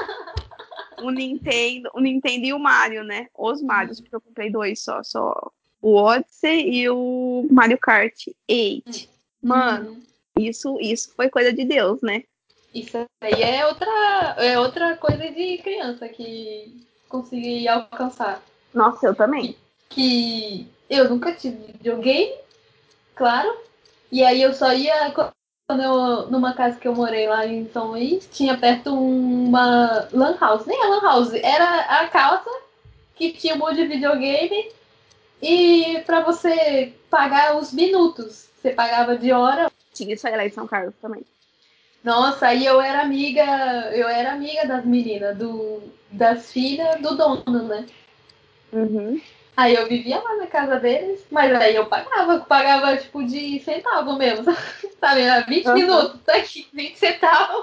O Nintendo, o Nintendo e o Mario, né? Os Marios, porque eu comprei dois só, só o Odyssey e o Mario Kart oito. Mano, Uhum. isso, isso foi coisa de Deus, né? Isso aí é outra, é outra coisa de criança que consegui alcançar. Nossa, eu também. Que, que eu nunca tive videogame, claro. E aí eu só ia quando eu, numa casa que eu morei lá em São Luís, tinha perto uma lan house. Nem a lan house, era a casa que tinha um monte de videogame e para você pagar os minutos. Você pagava de hora. Tinha isso aí lá em São Carlos também. Nossa, aí eu era amiga, eu era amiga das meninas, do, das filhas do dono, né? Uhum. Aí eu vivia lá na casa deles, mas aí eu pagava, eu pagava tipo de centavo mesmo, sabe? Era vinte Uhum. minutos, tá aqui, vinte centavos,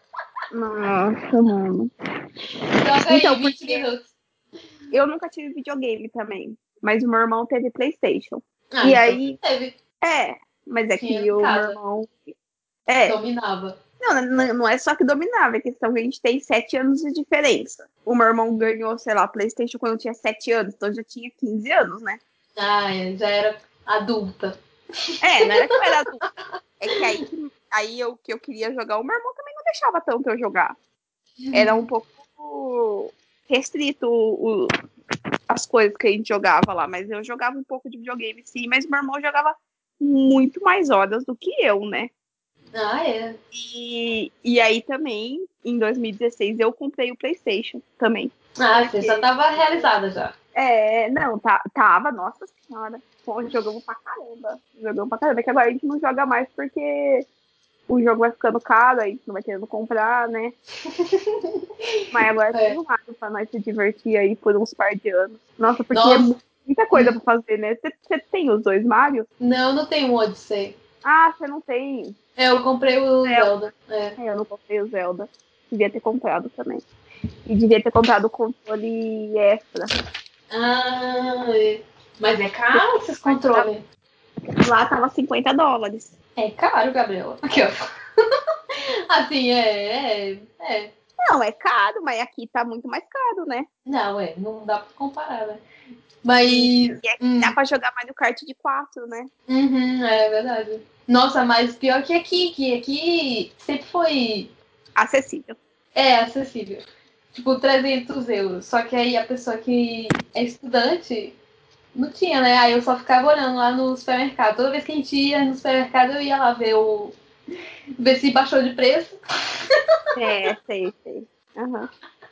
Nossa, mano. joga aí Então, vinte porque minutos. eu nunca tive videogame também, mas o meu irmão teve PlayStation. Ah, E então aí, teve, é, mas é tinha que em o meu casa, irmão. É, dominava. não, não, não é só que dominava, é questão que a gente tem sete anos de diferença. O meu irmão ganhou, sei lá, PlayStation quando eu tinha sete anos, então eu já tinha quinze anos, né? Ah, é, já era adulta. É, não era que eu era adulto. É que aí, que, aí eu, que eu queria jogar, o meu irmão também não deixava tanto eu jogar. Era um pouco restrito o, o, as coisas que a gente jogava lá, mas eu jogava um pouco de videogame, sim, mas meu irmão jogava muito mais horas do que eu, né? Ah, é. E, e aí também, em dois mil e dezesseis, eu comprei o PlayStation também. Ah, você já Porque, tava realizada já. é, não, tá, tava, nossa senhora. Pô, jogamos pra caramba. Jogamos pra caramba. É que agora a gente não joga mais porque o jogo vai ficando caro, aí a gente não vai querendo comprar, né? Mas agora tem É. um lado pra nós se divertir aí por uns par de anos. Nossa, porque é Nossa, muita coisa pra fazer, né? Você tem os dois Mario? não, não tem um Odyssey. Ah, você não tem Eu comprei o Zelda. Zelda. É. É, eu não comprei o Zelda. Devia ter comprado também. E devia ter comprado o controle extra. Ah, é. Mas é caro esses controles? Lá tava cinquenta dólares. É caro, Gabriela. Aqui, ó. Assim, é, é, é. Não, é caro, mas aqui tá muito mais caro, né? Não, é, não dá pra comparar, né? E, Mas. e aqui dá Hum, pra jogar Mario Kart de quatro, né? uhum, é verdade. Nossa, mas pior que aqui, que aqui sempre foi. Acessível. É acessível. Tipo, trezentos euros. Só que aí a pessoa que é estudante não tinha, né? Aí eu só ficava olhando lá no supermercado. Toda vez que a gente ia no supermercado, eu ia lá ver o. Ver se baixou de preço. É, sei, sei. Uhum.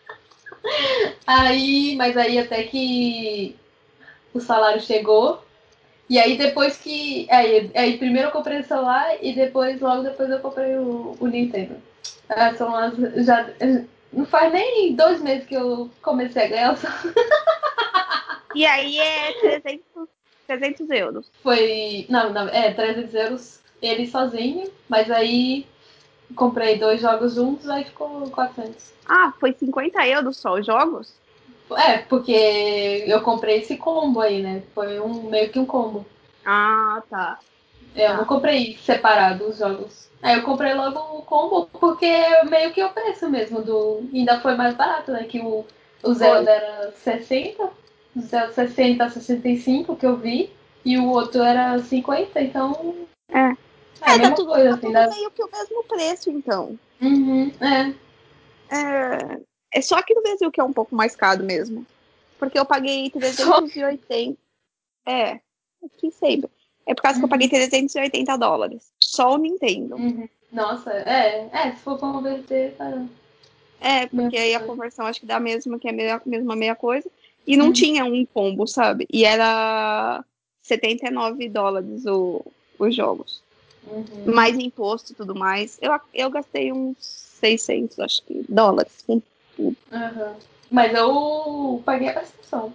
Aí, mas aí até que o salário chegou. E aí depois que. Aí, aí primeiro eu comprei o celular e depois, logo depois eu comprei o, o Nintendo. Ah, são as. Já, não faz nem dois meses que eu comecei a ganhar o salário. E aí é trezentos, trezentos euros. Foi. Não, não, é, trezentos euros ele sozinho, mas aí comprei dois jogos juntos, aí ficou quatrocentos. Ah, foi cinquenta euros só os jogos? É, porque eu comprei esse combo aí, né? Foi um meio que um combo. Ah, tá. Eu não Tá. comprei separado os jogos. Aí eu comprei logo o combo, porque é meio que o preço mesmo do. Ainda foi mais barato, né? Que o, o Foi. Zelda era sessenta, o Zelda sessenta a sessenta e cinco que eu vi, e o outro era cinquenta, então. É. É a É, tá mesma tudo, coisa, tá assim, tudo dá. meio que o mesmo preço, então. Uhum, é. É, é só aqui no Brasil que é um pouco mais caro mesmo. Porque eu paguei Só. trezentos e oitenta. É, aqui sempre. É por causa que eu paguei Uhum, trezentos e oitenta dólares. Só o Nintendo. uhum. Nossa, é, é, se for converter, tá. É, porque Mesma aí a coisa. conversão acho que dá a mesma, que é a meia- mesma meia coisa. E não Uhum, tinha um combo, sabe? E era setenta e nove dólares o, os jogos. uhum. Mais imposto e tudo mais. Eu, eu gastei uns seiscentos, acho que, dólares com tudo. Uhum. Mas eu paguei a prestação.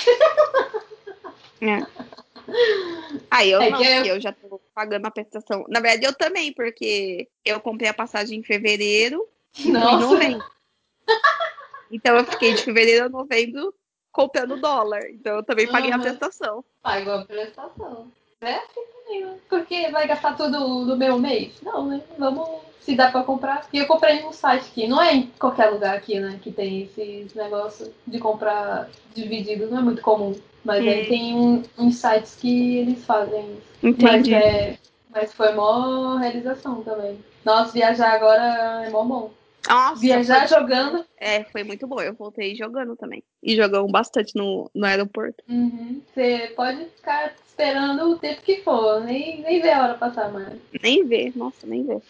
É. Aí eu É que não, porque é. eu já tô pagando a prestação. Na verdade, eu também, porque eu comprei a passagem em fevereiro e fui em Nossa! novembro. Então eu fiquei de fevereiro a novembro comprando dólar. Então eu também paguei a Uhum. prestação. Pagou a prestação. É assim também, né? Porque vai gastar tudo no meu mês? Não, né? Vamos. Se dá pra comprar. E eu comprei num site aqui. Não é em qualquer lugar aqui, né? Que tem esses negócios de comprar dividido. Não é muito comum. Mas aí Hum, tem um, uns sites que eles fazem isso. Mas entendi. é. Mas foi mó realização também. Nossa, viajar agora é mó bom. Nossa, foi, Viajar jogando. é, foi muito bom. Eu voltei jogando também. E jogamos bastante no, no aeroporto. Uhum. Você pode ficar esperando o tempo que for, nem, nem ver a hora passar mais. Nem ver, nossa, nem ver.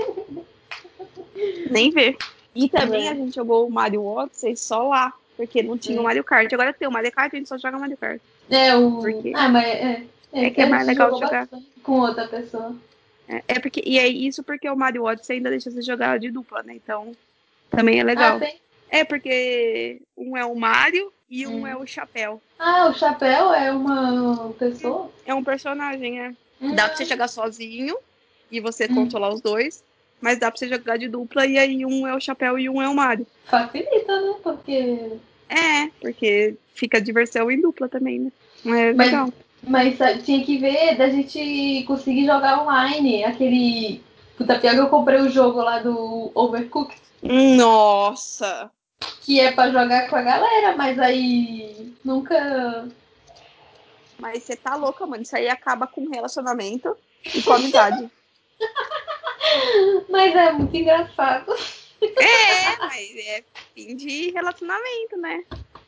Nem ver. E também a É. gente jogou o Mario Odyssey só lá, porque não tinha o É, Mario Kart. Agora tem o Mario Kart, a gente só joga Mario Kart. é o. Porque Ah, mas é, é é, que é a mais gente legal jogou jogar. bastante com outra pessoa. É, é porque, e é isso porque o Mario Odyssey ainda deixa você jogar de dupla, né? Então também é Ah, legal. tem. É porque um é o Mario e um é Hum. o Chapéu. Ah, o chapéu é uma pessoa? É um personagem, é. Dá pra você Hum, jogar sozinho e você hum. controlar os dois, mas dá pra você jogar de dupla e aí um é o Chapéu e um é o Mario. Facilita, né? Porque. É, porque fica diversão em dupla também, né? É Mas, legal. mas ah, tinha que ver da gente conseguir jogar online. Aquele. Puta, pior que eu comprei o jogo lá do Overcooked. Nossa! Que é pra jogar com a galera, mas aí nunca. Mas você tá louca, mano. Isso aí acaba com relacionamento e com amizade. Mas é muito engraçado. É, mas é fim de relacionamento, né?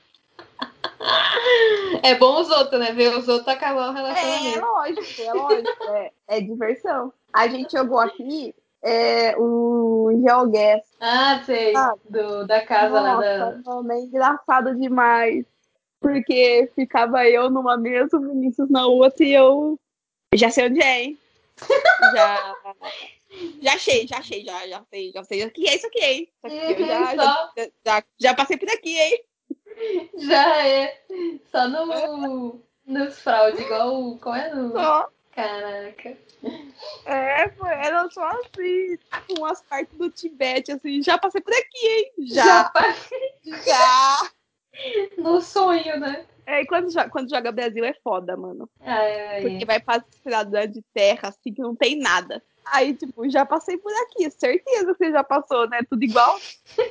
É bom os outros, né? Ver os outros acabar o É, relacionamento. lógico, é lógico. É, é diversão. A gente jogou aqui é, o GeoGuess, Ah, sei. sabe? Do, da casa lá Nossa, da. mano, é engraçado demais. Porque ficava eu numa mesa, o Vinícius na outra e eu já sei onde é, hein? Já, já achei, já achei, já, já sei, já sei o que é isso aqui, hein? Isso aqui eu Uhum, já, já, só. já, já passei por aqui, hein? Já é. Só É no. Nos fraude, igual. o- Como é no. só, Caraca. é, foi, era só assim, tipo, umas partes do Tibete, assim, já passei por aqui, hein? Já Já, passei já. no sonho, né? É, e quando, jo- quando joga Brasil é foda, mano. Ai, Porque ai, vai pra cidade de terra, assim, que não tem nada. Aí, tipo, já passei por aqui, certeza que você já passou, né? Tudo igual.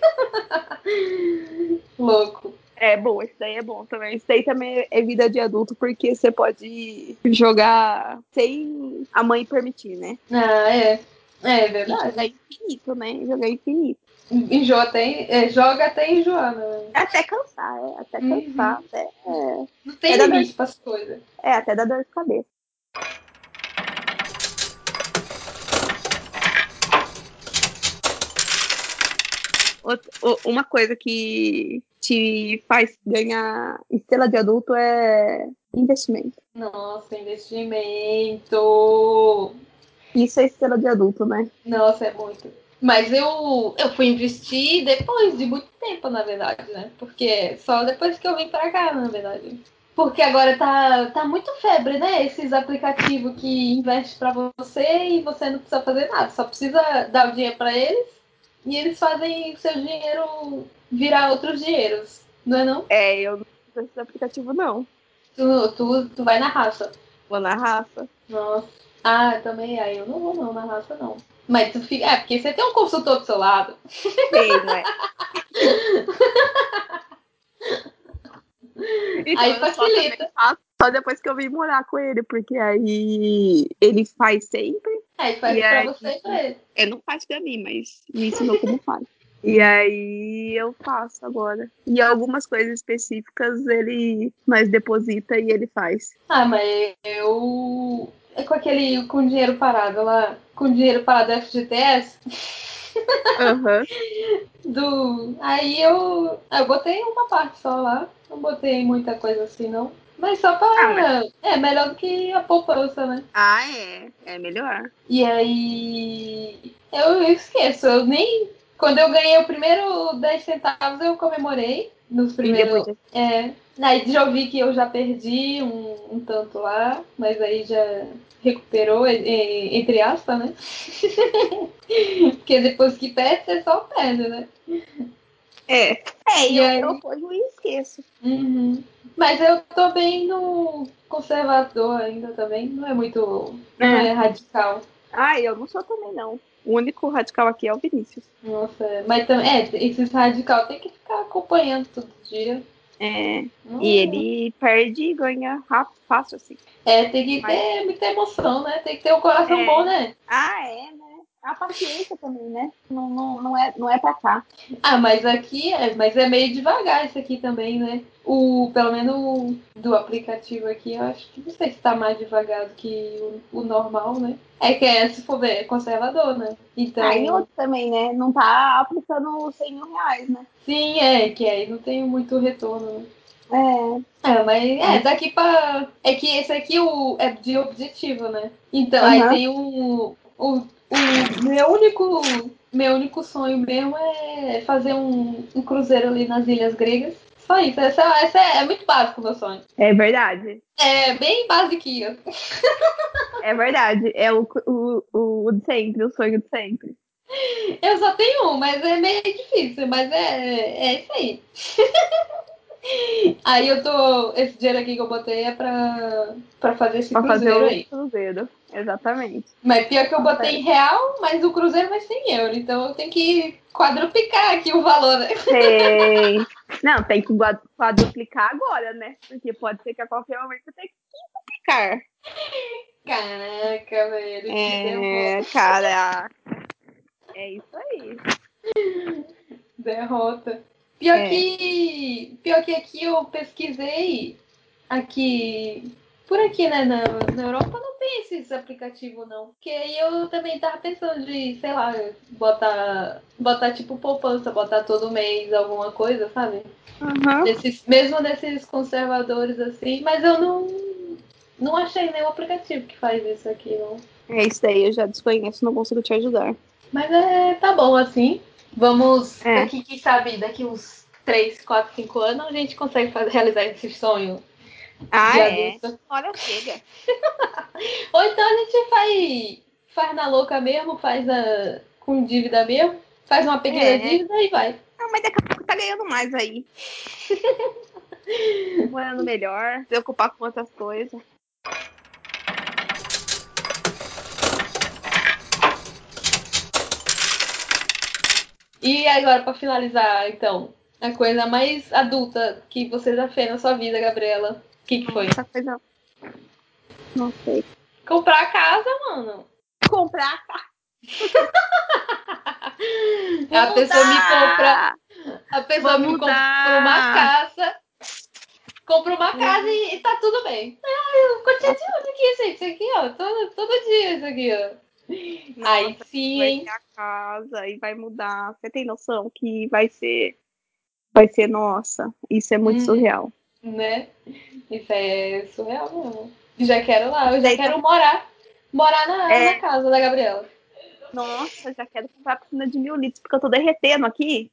ai. Louco. É bom, esse daí é bom também. Esse daí também é vida de adulto, porque você pode jogar sem a mãe permitir, né? Ah, é. É E verdade. jogar infinito, né? Jogar infinito. Enjoa até, é, joga até enjoar, né? Até cansar, é. Até cansar. Uhum. Até, é, Não tem até dá dor, limite para as coisas. é, até dá dor de cabeça. Outra- o- Uma coisa que te faz ganhar estrela de adulto é investimento. Nossa, investimento. Isso é estrela de adulto, né? Nossa, é muito. Mas eu, eu fui investir depois de muito tempo, na verdade, né? Porque só depois que eu vim pra cá, na verdade. Porque agora tá, tá muito febre, né? Esses aplicativos que investem pra você e você não precisa fazer nada. Só precisa dar o dinheiro pra eles e eles fazem o seu dinheiro virar outros dinheiros. Não é não? É, eu não uso esse aplicativo, não. Tu, tu, tu vai na raça. Vou na raça. Nossa. Ah, também. Aí eu não vou não na raça, não. Mas tu fica. É, porque você tem um consultor do seu lado. Tenho, é. Então, Aí eu só também facilita. faço só depois que eu vim morar com ele, porque aí ele faz sempre, Aí faz e pra aí você e pra ele. ele não faz pra mim, mas me ensinou como faz. E aí eu faço agora. E algumas coisas específicas ele mais deposita e ele faz. Ah, mas eu. É com aquele. Com dinheiro parado lá. Com dinheiro parado F G T S. Aham. Do. Aí eu. Eu botei uma parte só lá. Não botei muita coisa assim, não. Mas só Ah, mas. pra. É melhor do que a poupança, né? Ah, é. É melhor. E aí eu esqueço, eu nem. Quando eu ganhei o primeiro dez centavos, eu comemorei. Nos E depois. primeiros. É. Aí já vi que eu já perdi um, um tanto lá, mas aí já recuperou, entre aspas, né? Porque depois que perde, você só perde, né? É. É, E eu, eu aí. ponho e esqueço. Uhum. Mas eu tô bem no conservador ainda também. Não é muito. Não É. é radical. Ah, eu não sou também, não. O único radical aqui é o Vinícius. Nossa, mas também, é, esses radical tem que ficar acompanhando todo dia. É, e Não, ele perde e ganha rápido, fácil, assim. é, tem que Mas, ter muita emoção, né? Tem que ter um coração bom, é. né? Ah, é, né? A paciência também, né? Não, não, não, é, não é pra cá. Ah, mas aqui é, mas é meio devagar isso aqui também, né? O, pelo menos do aplicativo aqui, eu acho que não sei se tá mais devagar do que o, o normal, né? É que é, se for ver, é conservador, né? Ah, em Então, outro também, né? Não tá aplicando cem mil reais, né? sim, é, que aí não tem muito retorno, né? É, É, mas é, mas. daqui pra. É que esse aqui o, é de objetivo, né? Então, aí Aham. tem o. O, o meu único. Meu único sonho mesmo é fazer um, um cruzeiro ali nas ilhas gregas. Só isso. Essa, essa é, é muito básico o meu sonho. É verdade. É bem basiquinho. É verdade. É o, o, o, o de sempre, o sonho de sempre. Eu só tenho um, mas é meio difícil. Mas é, é isso aí. Aí eu tô. Esse dinheiro aqui que eu botei é pra, pra fazer esse Pra fazer cruzeiro o aí. cruzeiro. Exatamente. Mas pior que eu Tá botei em certo. real, mas o cruzeiro vai ser em euro. Então eu tenho que quadruplicar aqui o valor, né? Tem. Não, tem que quad- quadruplicar agora, né? Porque pode ser que a qualquer momento você tenha que ficar. Caraca, velho, que É, derrota. cara, é isso aí. Derrota. Pior É. que. Pior que aqui eu pesquisei. Aqui. Por aqui, né? Na, na Europa não tem esses aplicativos, não. Porque aí eu também tava pensando de, sei lá, botar. Botar tipo poupança, botar todo mês alguma coisa, sabe? Uhum. Desses, mesmo desses conservadores assim, mas eu não, não achei nenhum aplicativo que faz isso aqui, não. É isso aí, eu já desconheço, não consigo te ajudar. Mas é, tá bom assim. Vamos, É. daqui, quem sabe, daqui uns três quatro cinco anos a gente consegue fazer, realizar esse sonho de Ah, é. adulto. Olha, chega. Ou então a gente faz, faz na louca mesmo, faz a, com dívida mesmo, faz uma pequena É. dívida e vai. Não, mas daqui a pouco tá ganhando mais aí. Morando melhor, preocupar com outras coisas. E agora, para finalizar, então, a coisa mais adulta que você já fez na sua vida, Gabriela, o que, que foi? Nossa, coisa. Não sei. Comprar a casa, mano. Comprar. A pessoa me compra. A pessoa Vamos me compra uma casa. Compra uma casa e, e tá tudo bem. Ah, cotidiano aqui, gente. Isso aqui, ó. Todo, todo dia isso aqui, ó. Nossa, Aí sim, vai hein? ter a casa e vai mudar. Você tem noção que vai ser. Vai ser, nossa, isso é muito Hum, surreal. né? Isso é surreal mesmo. Já quero lá, eu já Daí, quero morar. Morar na, na é, casa da Gabriela. nossa, já quero comprar a piscina de mil litros, porque eu tô derretendo aqui.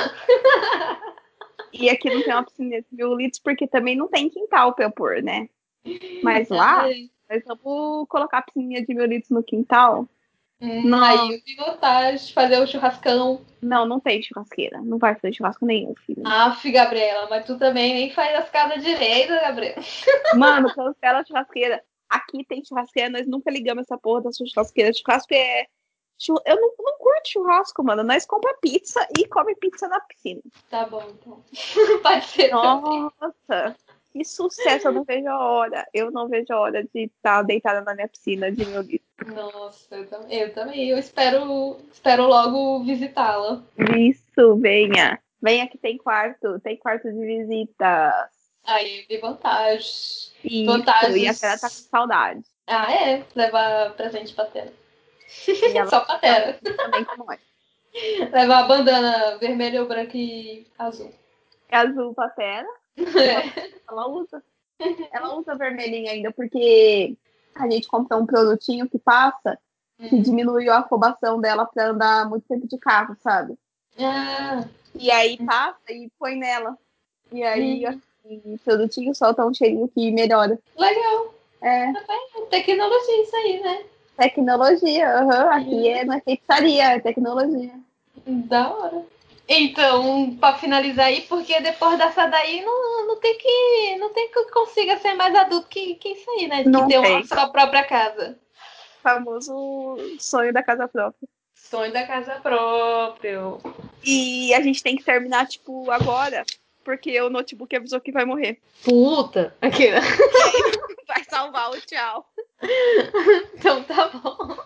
E aqui não tem uma piscina de mil litros, porque também não tem quintal pra eu pôr, né? Mas lá, Ai, nós vamos colocar a piscininha de mil litros no quintal. hum, aí Não, eu tenho vontade de fazer o churrascão. não, não tem churrasqueira. Não vai fazer churrasco nenhum, filho. Aff, Gabriela, mas tu também nem faz as casas direito, Gabriela. Mano, cancela a churrasqueira. Aqui tem churrasqueira, nós nunca ligamos essa porra da churrasqueira. Churrasco é. Eu não, não curto churrasco, mano. Nós compra pizza e come pizza na piscina. Tá bom, então. Pode ser também. Nossa, que sucesso! Eu não vejo a hora. Eu não vejo a hora de estar deitada na minha piscina de meu litro. Nossa, eu também. Eu também. Eu espero, espero logo visitá-la. Isso, venha. Venha que tem quarto. Tem quarto de visitas. Aí, vi vantagem. Isso, e a Fera tá com Vantagens. saudade. Ah, é? Levar presente pra Tera. E ela Só pra tá Tera. também com nós. Levar a bandana vermelha, branca e azul. É azul pra Fera. É. Ela usa. Ela usa vermelhinho ainda, porque a gente comprou um produtinho que passa, que Hum. diminuiu a afobação dela pra andar muito tempo de carro, sabe? Ah, E aí passa e põe nela. E aí, hum. assim, o produtinho solta um cheirinho que melhora. Legal. É, Tecnologia isso aí, né? tecnologia, aham, aqui Hum. é, não é feitiçaria, é tecnologia. Da hora. Então, para finalizar aí, porque depois dessa daí não, não tem que não tem que consiga ser mais adulto que, que isso aí, né? Que Não ter uma tem. sua própria casa. Famoso sonho da casa própria. Sonho da casa própria. E a gente tem que terminar, tipo, agora, porque o notebook avisou que vai morrer. Puta! Aqui. E aí vai salvar o tchau. Então tá bom.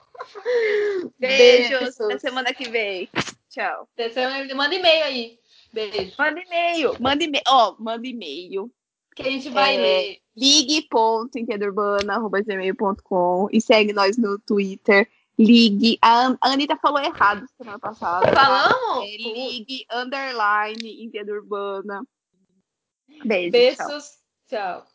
Beijos, até Beijos. semana que vem. Tchau. Manda e-mail aí. Beijo. Manda e-mail, manda e-mail, ó, manda e-mail. Que a gente vai É, ler. ligue ponto entendeurbana arroba gmail ponto com e segue nós no Twitter. Ligue. A, An- a Anitta falou errado semana passada, tá? Falamos? É, ligue, underline, entendeurbana. Beijo, tchau. Beijos. Tchau.